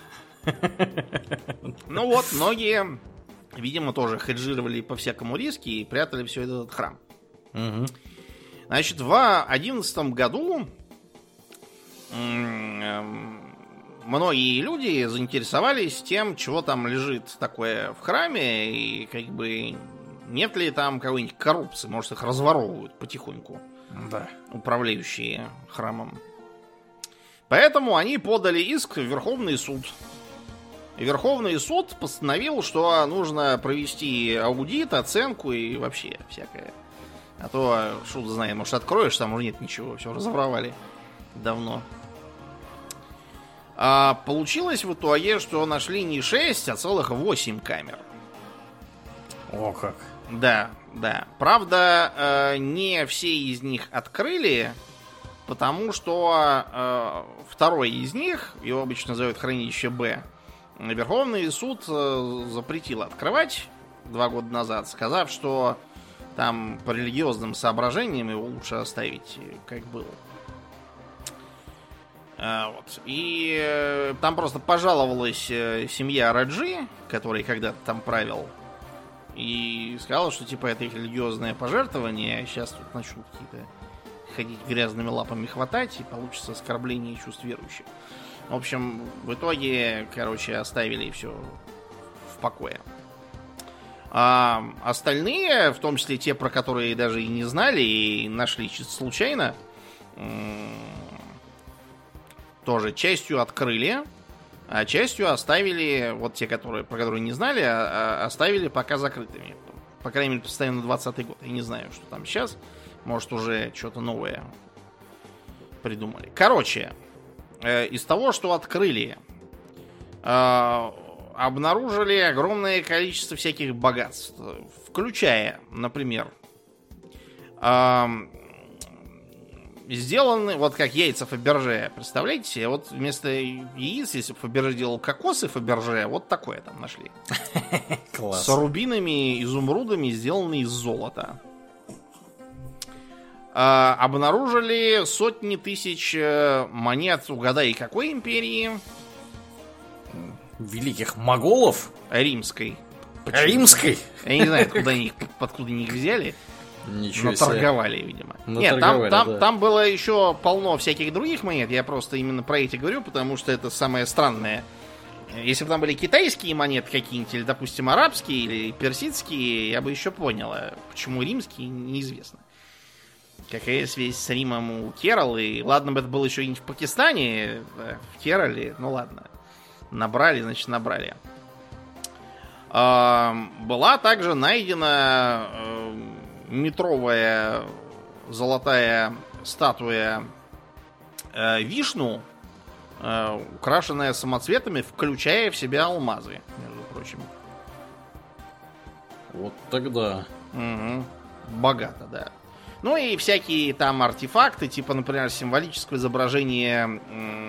Ну вот, многие, видимо, тоже хеджировали по всякому риски и прятали все это в этот храм. Угу. Значит, в 2011 году многие люди заинтересовались тем, чего там лежит такое в храме, и как бы нет ли там какой-нибудь коррупции, может, их разворовывают потихоньку, да, управляющие храмом. Поэтому они подали иск в Верховный суд. И Верховный суд постановил, что нужно провести аудит, оценку и вообще всякое. А то, шут знает, может, откроешь, там уже нет ничего, все разворовали давно. А получилось в итоге, что нашли не 6, а целых 8 камер. О, как. Да, да. Правда, не все из них открыли, потому что второй из них, его обычно называют хранилище Б, Верховный суд запретил открывать 2 года назад, сказав, что там по религиозным соображениям его лучше оставить, как было. Вот. И там просто пожаловалась семья Раджи, который когда-то там правил, и сказала, что типа это их религиозное пожертвование, сейчас тут начнут какие-то ходить грязными лапами хватать, и получится оскорбление чувств верующих. В общем, в итоге, короче, оставили все в покое. А остальные, в том числе те, про которые даже и не знали, и нашли чисто случайно, тоже частью открыли, а частью оставили, вот те, про которые не знали, оставили пока закрытыми. По крайней мере, постоянно 20-й год. Я не знаю, что там сейчас. Может, уже что-то новое придумали. Короче, из того, что открыли, обнаружили огромное количество всяких богатств. Включая, например, сделаны, вот как яйца Фаберже, представляете себе, вот вместо яиц, если бы Фаберже делал кокосы Фаберже, вот такое там нашли. Класс. С рубинами, изумрудами, сделанные из золота. Обнаружили сотни тысяч монет, угадай, какой империи? Великих моголов? Римской. Римской? Я не знаю, откуда они их взяли. Ничего но себе. торговали, видимо. Наторговали, Нет, там было еще полно всяких других монет. Я просто именно про эти говорю, потому что это самое странное. Если бы там были китайские монеты какие-нибудь, или, допустим, арабские, или персидские, я бы еще понял. Почему римские, неизвестно. Какая связь с Римом у Кералы? Ладно бы это было еще и в Пакистане, в Керале. Ну ладно. Набрали, значит, набрали. Была также найдена метровая золотая статуя Вишну, украшенная самоцветами, включая в себя алмазы, между прочим. Вот тогда. Угу. Богато, да. Ну и всякие там артефакты, типа, например, символическое изображение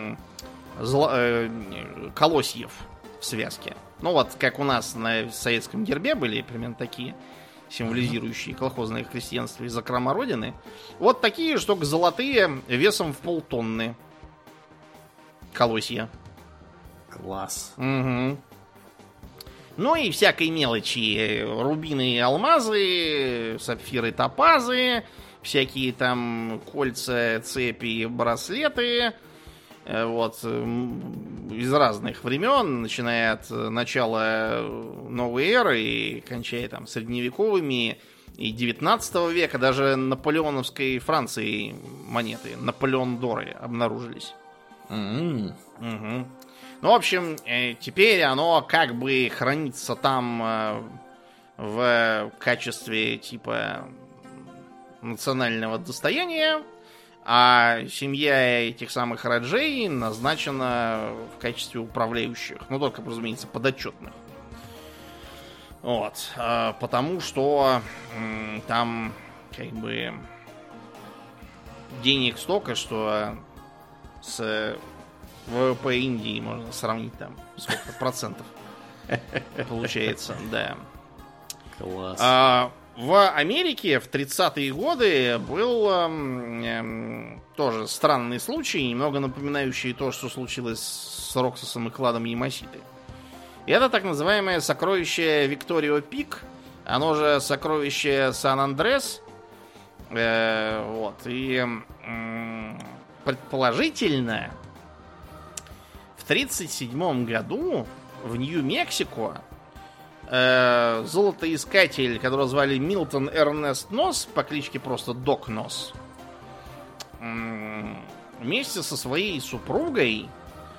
колосьев в связке. Ну вот, как у нас на советском гербе были примерно такие, символизирующие колхозное крестьянство и закрома родины. Вот такие, что золотые, весом в полтонны. Колосья. Класс. Угу. Ну и всякой мелочи. Рубины и алмазы, сапфиры, топазы, всякие там кольца, цепи, браслеты. Вот. Из разных времен, начиная от начала новой эры и кончая там средневековыми и 19 века, даже наполеоновской Франции монеты, Наполеон Доры обнаружились. Mm-hmm. Угу. Ну, в общем, теперь оно как бы хранится там в качестве типа национального достояния, а семья этих самых Раджей назначена в качестве управляющих. Ну, только, разумеется, подотчетных. Вот. Потому что там как бы денег столько, что с ВВП Индии можно сравнить там сколько процентов получается, да. Класс. В Америке в 30-е годы был тоже странный случай, немного напоминающий то, что случилось с Роксосом и кладом Ямаситы. И это так называемое сокровище Викторио Пик, оно же сокровище Сан-Андрес. Вот. И предположительно в 1937 году в Нью-Мексико золотоискатель, которого звали Милтон Эрнест Нос, по кличке просто Док Нос, вместе со своей супругой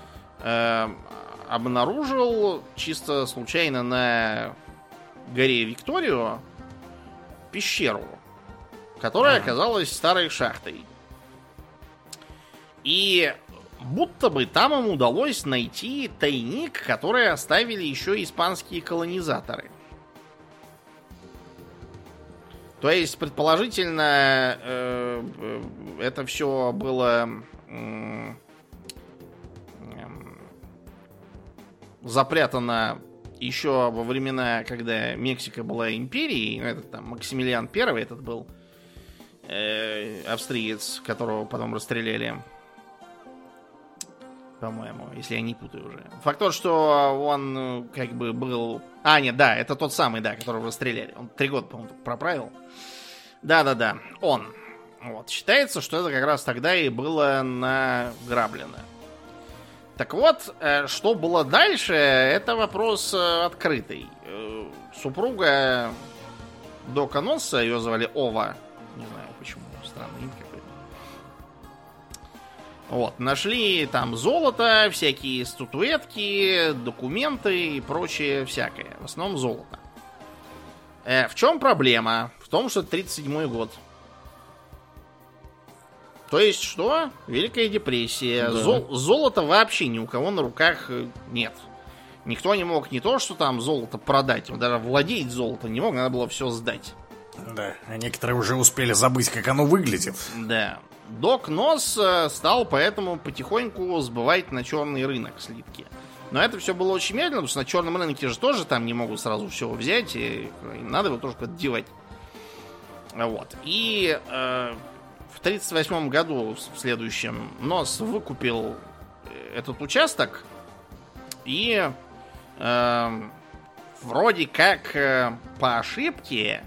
обнаружил чисто случайно на горе Викторио пещеру, которая оказалась старой шахтой. И будто бы там им удалось найти тайник, который оставили еще испанские колонизаторы. То есть, предположительно, это все было запрятано еще во времена, когда Мексика была империей. Этот там Максимилиан I, этот был австриец, которого потом расстреляли, по-моему, если я не путаю уже. Факт тот, что он как бы был... нет, да, это тот самый, да, которого расстреляли. Он 3 года, по-моему, проправил. Да-да-да, он. Вот. Считается, что это как раз тогда и было награблено. Так вот, что было дальше, это вопрос открытый. Супруга Дока Носа, ее звали Ова. Не знаю почему, странное имя какое-то. Вот, нашли там золото, всякие статуэтки, документы и прочее всякое. В основном золото. В чем проблема? В том, что 1937 год. То есть что? Великая депрессия. Да. Золота вообще ни у кого на руках нет. Никто не мог не то, что там золото продать, он даже владеть золотом не мог, надо было все сдать. Да, а некоторые уже успели забыть, как оно выглядит. Да. Док Нос стал поэтому потихоньку сбывать на черный рынок слитки. Но это все было очень медленно, потому что на черном рынке же тоже там не могут сразу все взять, и надо его тоже куда-то девать. Вот. И в 1938 году, в следующем, Нос выкупил этот участок и вроде как по ошибке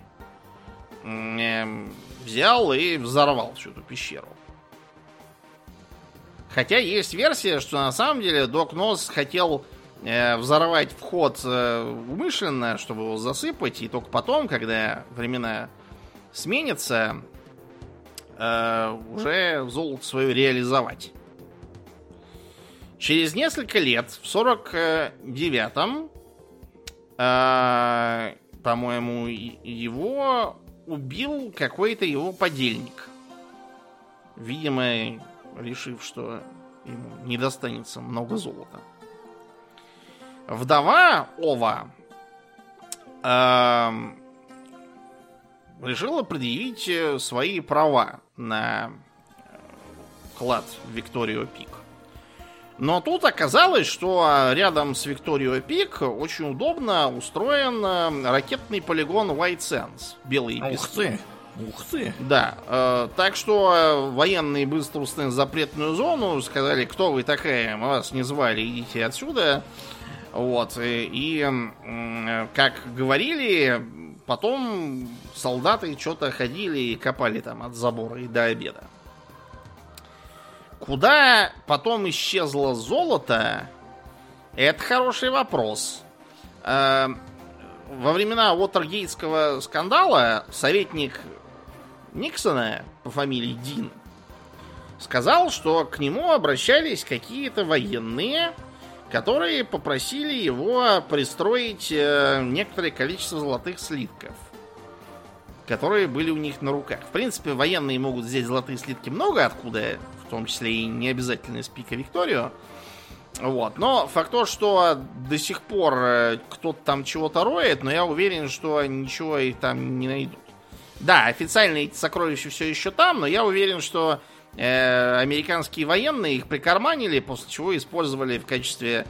взял и взорвал всю эту пещеру. Хотя есть версия, что на самом деле Док Нос хотел взорвать вход умышленно, чтобы его засыпать, и только потом, когда времена сменятся, уже золото свое реализовать. Через несколько лет, в 49-м, по-моему, его убил какой-то его подельник. Видимо, решив, что ему не достанется много золота. Вдова Ова решила предъявить свои права на клад Викторио Пик. Но тут оказалось, что рядом с Викторио Пик очень удобно устроен ракетный полигон White Sands. Белый песок. Ух ты! Да, так что военные быстро установили запретную зону, сказали, кто вы такая, мы вас не звали, идите отсюда. Вот, и как говорили, потом солдаты что-то ходили и копали там от забора и до обеда. Куда потом исчезло золото, это хороший вопрос. Во времена Уотергейтского скандала советник Никсона по фамилии Дин сказал, что к нему обращались какие-то военные, которые попросили его пристроить некоторое количество золотых слитков, которые были у них на руках. В принципе, военные могут взять золотые слитки много откуда, в том числе и не обязательно из Пика Викторио. Вот. Но факт то, что до сих пор кто-то там чего-то роет, но я уверен, что ничего их там не найдут. Да, официально эти сокровища все еще там, но я уверен, что американские военные их прикарманили, после чего использовали в качестве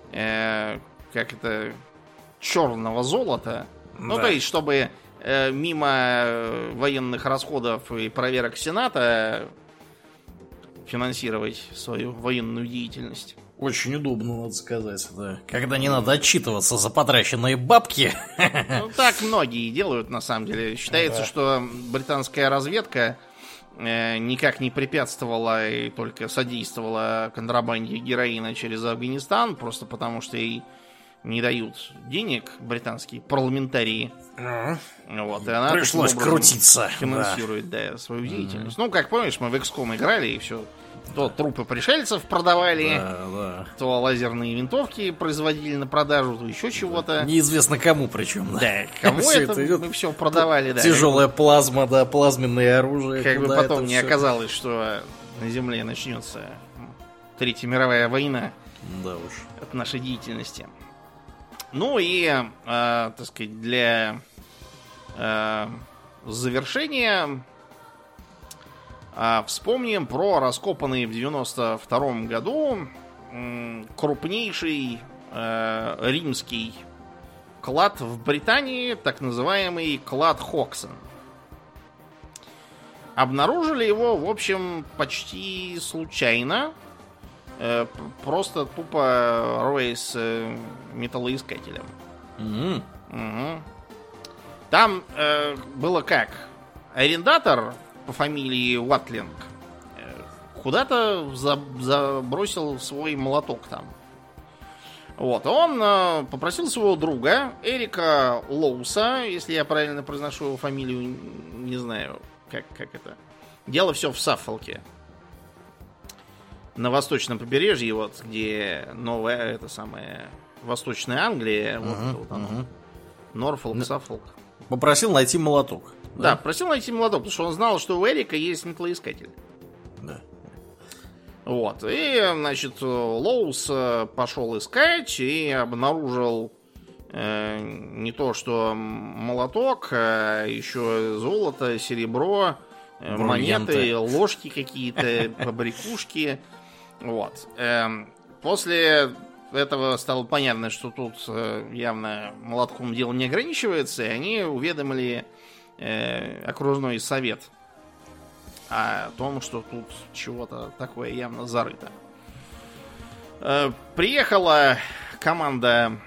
черного золота. Да. Ну, то есть, чтобы мимо военных расходов и проверок Сената финансировать свою военную деятельность. Очень удобно, надо сказать, да. Когда не надо отчитываться за потраченные бабки. Ну, так многие делают, на самом деле. Считается, что британская разведка никак не препятствовала и только содействовала контрабанде героина через Афганистан, просто потому что ей не дают денег британские парламентарии. Вот, и она пришлось крутиться. Финансирует, свою деятельность. Ну, как помнишь, мы в XCOM играли, и все. То трупы пришельцев продавали, то лазерные винтовки производили на продажу, то еще чего-то. Неизвестно кому причем. Да, кому это мы все продавали. Тяжелая плазма, да, плазменное оружие. Как бы потом не оказалось, что на Земле начнется Третья мировая война. Да уж. От нашей деятельности. Ну и, так сказать, для завершения вспомним про раскопанный в 92-м году крупнейший римский клад в Британии, так называемый клад Хоксон. Обнаружили его, в общем, почти случайно. Просто тупо роясь металлоискателем. Угу. Там было как? Арендатор по фамилии Уатлинг куда-то забросил свой молоток там. Вот, он попросил своего друга Эрика Лоуса, если я правильно произношу его фамилию, не знаю, как это. Дело все в Саффолке. На восточном побережье, вот, где новая, это самая, Восточная Англия, вот оно. Норфолк, Саффолк. Попросил найти молоток. Да, просил найти молоток, потому что он знал, что у Эрика есть металлоискатель. Да. Вот. И, значит, Лоус пошел искать и обнаружил не то, что молоток, а еще золото, серебро, монеты, ложки какие-то, побрякушки. Вот. После этого стало понятно, что тут явно молотком дело не ограничивается, и они уведомили окружной совет о том, что тут чего-то такое явно зарыто. Приехала команда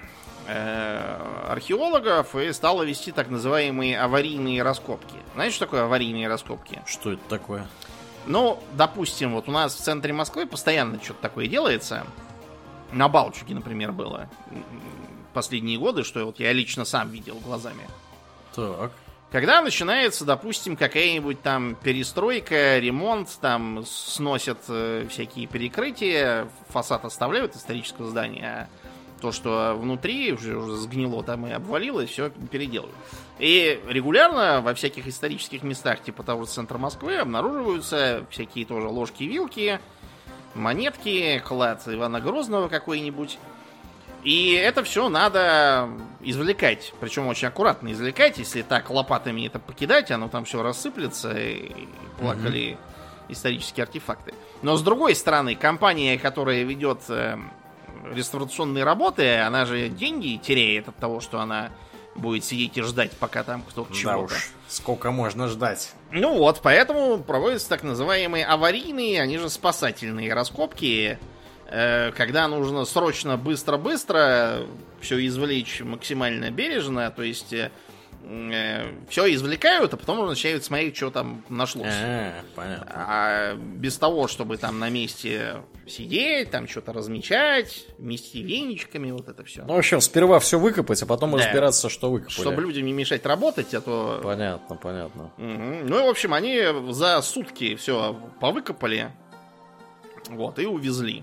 археологов и стала вести так называемые аварийные раскопки. Знаешь, что такое аварийные раскопки? Что это такое? Ну, допустим, вот у нас в центре Москвы постоянно что-то такое делается. На Балчуге, например, было последние годы, что вот я лично сам видел глазами. Так. Когда начинается, допустим, какая-нибудь там перестройка, ремонт, там сносят всякие перекрытия, фасад оставляют исторического здания, а то, что внутри уже сгнило там и обвалилось, все переделывают. И регулярно во всяких исторических местах, типа того же центра Москвы, обнаруживаются всякие тоже ложки-вилки, монетки, клад Ивана Грозного какой-нибудь. И это все надо извлекать. Причем очень аккуратно извлекать. Если так лопатами это покидать, оно там все рассыплется, и плакали исторические артефакты. Но с другой стороны, компания, которая ведет реставрационные работы, она же деньги теряет от того, что она будет сидеть и ждать, пока там кто-то чего-то. Да уж, сколько можно ждать. Ну вот, поэтому проводятся так называемые аварийные, они же спасательные раскопки, когда нужно срочно, быстро-быстро все извлечь максимально бережно, то есть все извлекают, а потом начинают смотреть, что там нашлось. Понятно. А без того, чтобы там на месте сидеть, там что-то размечать, мести веничками, вот это все. Ну, в общем, сперва все выкопать, а потом разбираться, что выкопали. Чтобы людям не мешать работать, а то... Понятно. Угу. Ну и, в общем, они за сутки все повыкопали, вот, и увезли.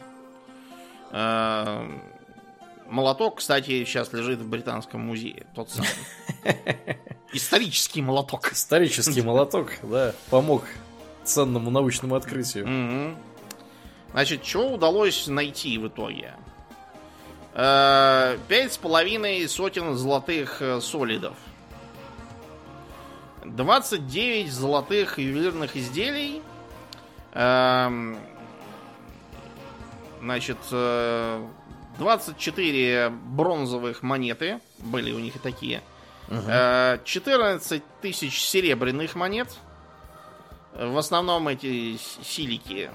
Молоток, кстати, сейчас лежит в Британском музее. Тот самый. Исторический молоток. Исторический молоток, да, помог ценному научному открытию. Значит, что удалось найти в итоге? 5,5 сотен золотых солидов. 29 золотых ювелирных изделий. Значит, 24 бронзовых монеты. Были у них и такие. 14 тысяч серебряных монет. В основном эти силики.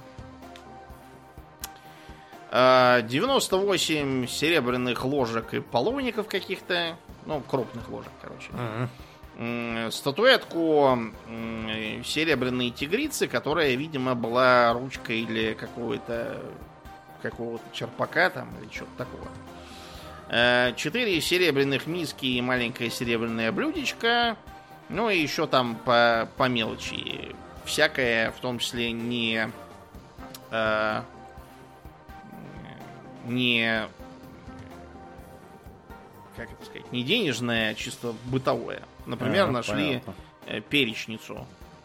98 серебряных ложек и половников каких-то. Ну, крупных ложек, короче. Статуэтку серебряной тигрицы, которая, видимо, была ручкой или какого-то черпака там, или что-то такого. 4 серебряных миски и маленькое серебряное блюдечко. Ну и еще там по мелочи. Всякое, в том числе не как это сказать, не денежное, а чисто бытовое. Например, нашли перечницу.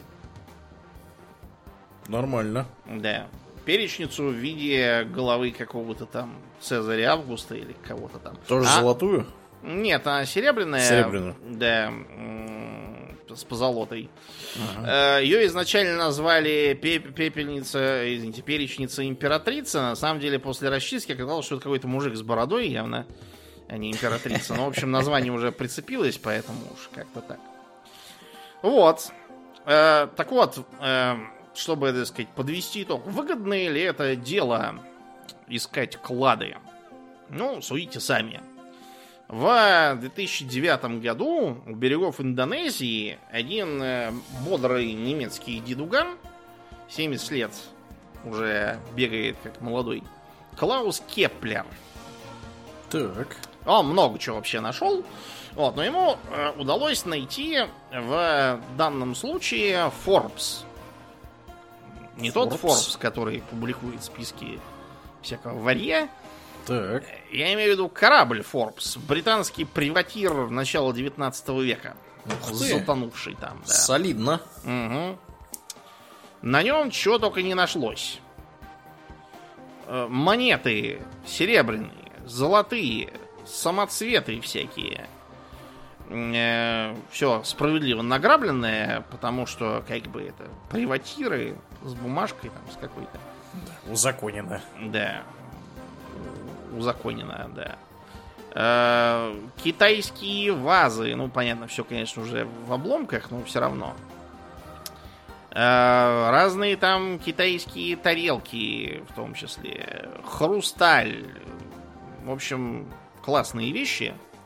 Нормально. Да. Перечницу в виде головы какого-то там Цезаря Августа или кого-то там. Тоже золотую? Нет, она серебряная. Серебряную. Да. С позолотой. Ее изначально назвали перечница императрица. На самом деле, после расчистки оказалось, что это какой-то мужик с бородой явно, а не императрица. Но, в общем, название уже прицепилось, поэтому уж как-то так. Вот. Так вот, чтобы, так сказать, подвести итог, выгодно ли это дело искать клады? Ну, судите сами. В 2009 году у берегов Индонезии один бодрый немецкий дедуган, 70 лет уже бегает как молодой, Клаус Кеплер. Так. Он много чего вообще нашел. Вот, но ему удалось найти в данном случае Forbes. Не тот Forbes, который публикует списки всякого варья. Так. Я имею в виду корабль Forbes. Британский приватир начала 19 века. Затонувший там, да. Солидно. Угу. На нем чего только не нашлось. Монеты серебряные, золотые, самоцветы всякие. Все справедливо награбленное, потому что, как бы, это приватиры с бумажкой там, с какой-то. Да, узаконено. Да. Узаконено, да. Китайские вазы. Ну, понятно, все, конечно, уже в обломках, но все равно. Разные там китайские тарелки, в том числе. Хрусталь. В общем, классные вещи.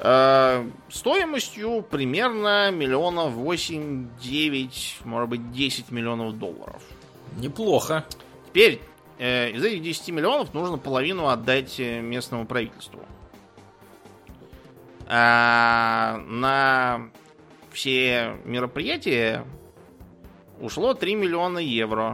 Стоимостью примерно миллионов 8-9, может быть, 10 миллионов долларов. Неплохо. Теперь из этих 10 миллионов нужно половину отдать местному правительству. На все мероприятия ушло 3 миллиона евро.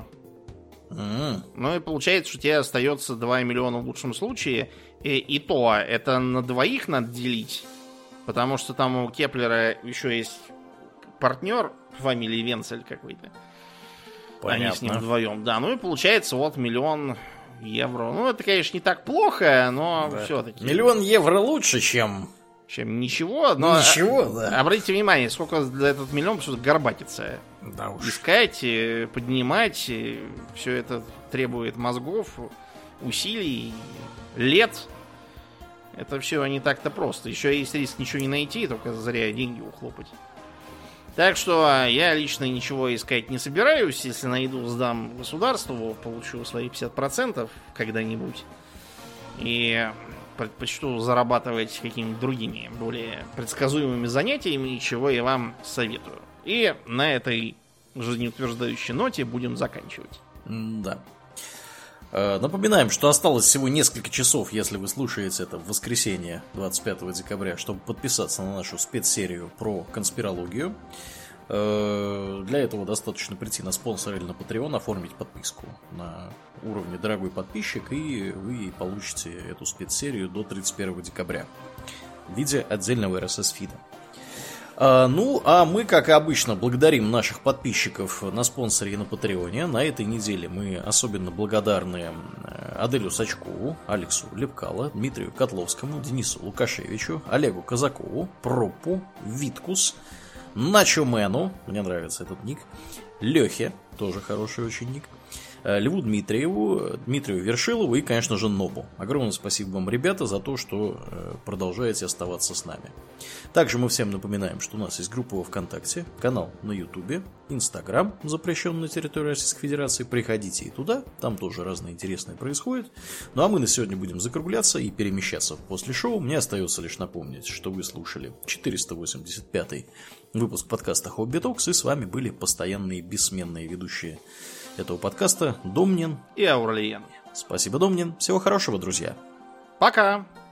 Ну и получается, что тебе остается 2 миллиона в лучшем случае. И то, это на двоих надо делить. Потому что там у Кеплера еще есть партнер по фамилии Венцель какой-то. Понятно. Они с ним вдвоем. Да, ну и получается вот 1 миллион евро. Ну, это, конечно, не так плохо, но да. Все-таки. 1 миллион евро лучше, чем ничего. Но ничего, да. Обратите внимание, сколько за этот миллион что-то горбатится. Да уж. Искать, поднимать. Все это требует мозгов, усилий, лет. Это все не так-то просто. Еще есть риск ничего не найти, только зря деньги ухлопать. Так что я лично ничего искать не собираюсь. Если найду, сдам государству, получу свои 50% когда-нибудь. И предпочту зарабатывать какими-то другими, более предсказуемыми занятиями, чего я вам советую. И на этой жизнеутверждающей ноте будем заканчивать. Да. Напоминаем, что осталось всего несколько часов, если вы слушаете это в воскресенье 25 декабря, чтобы подписаться на нашу спецсерию про конспирологию. Для этого достаточно прийти на спонсор или на Patreon, оформить подписку на уровне «Дорогой подписчик», и вы получите эту спецсерию до 31 декабря в виде отдельного RSS-фида. Ну, а мы, как и обычно, благодарим наших подписчиков на спонсоре и на Патреоне. На этой неделе мы особенно благодарны Аделю Сачкову, Алексу Лепкало, Дмитрию Котловскому, Денису Лукашевичу, Олегу Казакову, Пропу, Виткус, Начомену, мне нравится этот ник, Лехе, тоже хороший очень ник, Льву Дмитриеву, Дмитрию Вершилову и, конечно же, Нобу. Огромное спасибо вам, ребята, за то, что продолжаете оставаться с нами. Также мы всем напоминаем, что у нас есть группа во ВКонтакте, канал на Ютубе, Инстаграм, запрещен на территории Российской Федерации. Приходите и туда, там тоже разное интересное происходит. Ну а мы на сегодня будем закругляться и перемещаться после шоу. Мне остается лишь напомнить, что вы слушали 485-й выпуск подкаста Хобби Токс, и с вами были постоянные бессменные ведущие этого подкаста Домнин и Аурлиен. Спасибо, Домнин. Всего хорошего, друзья. Пока.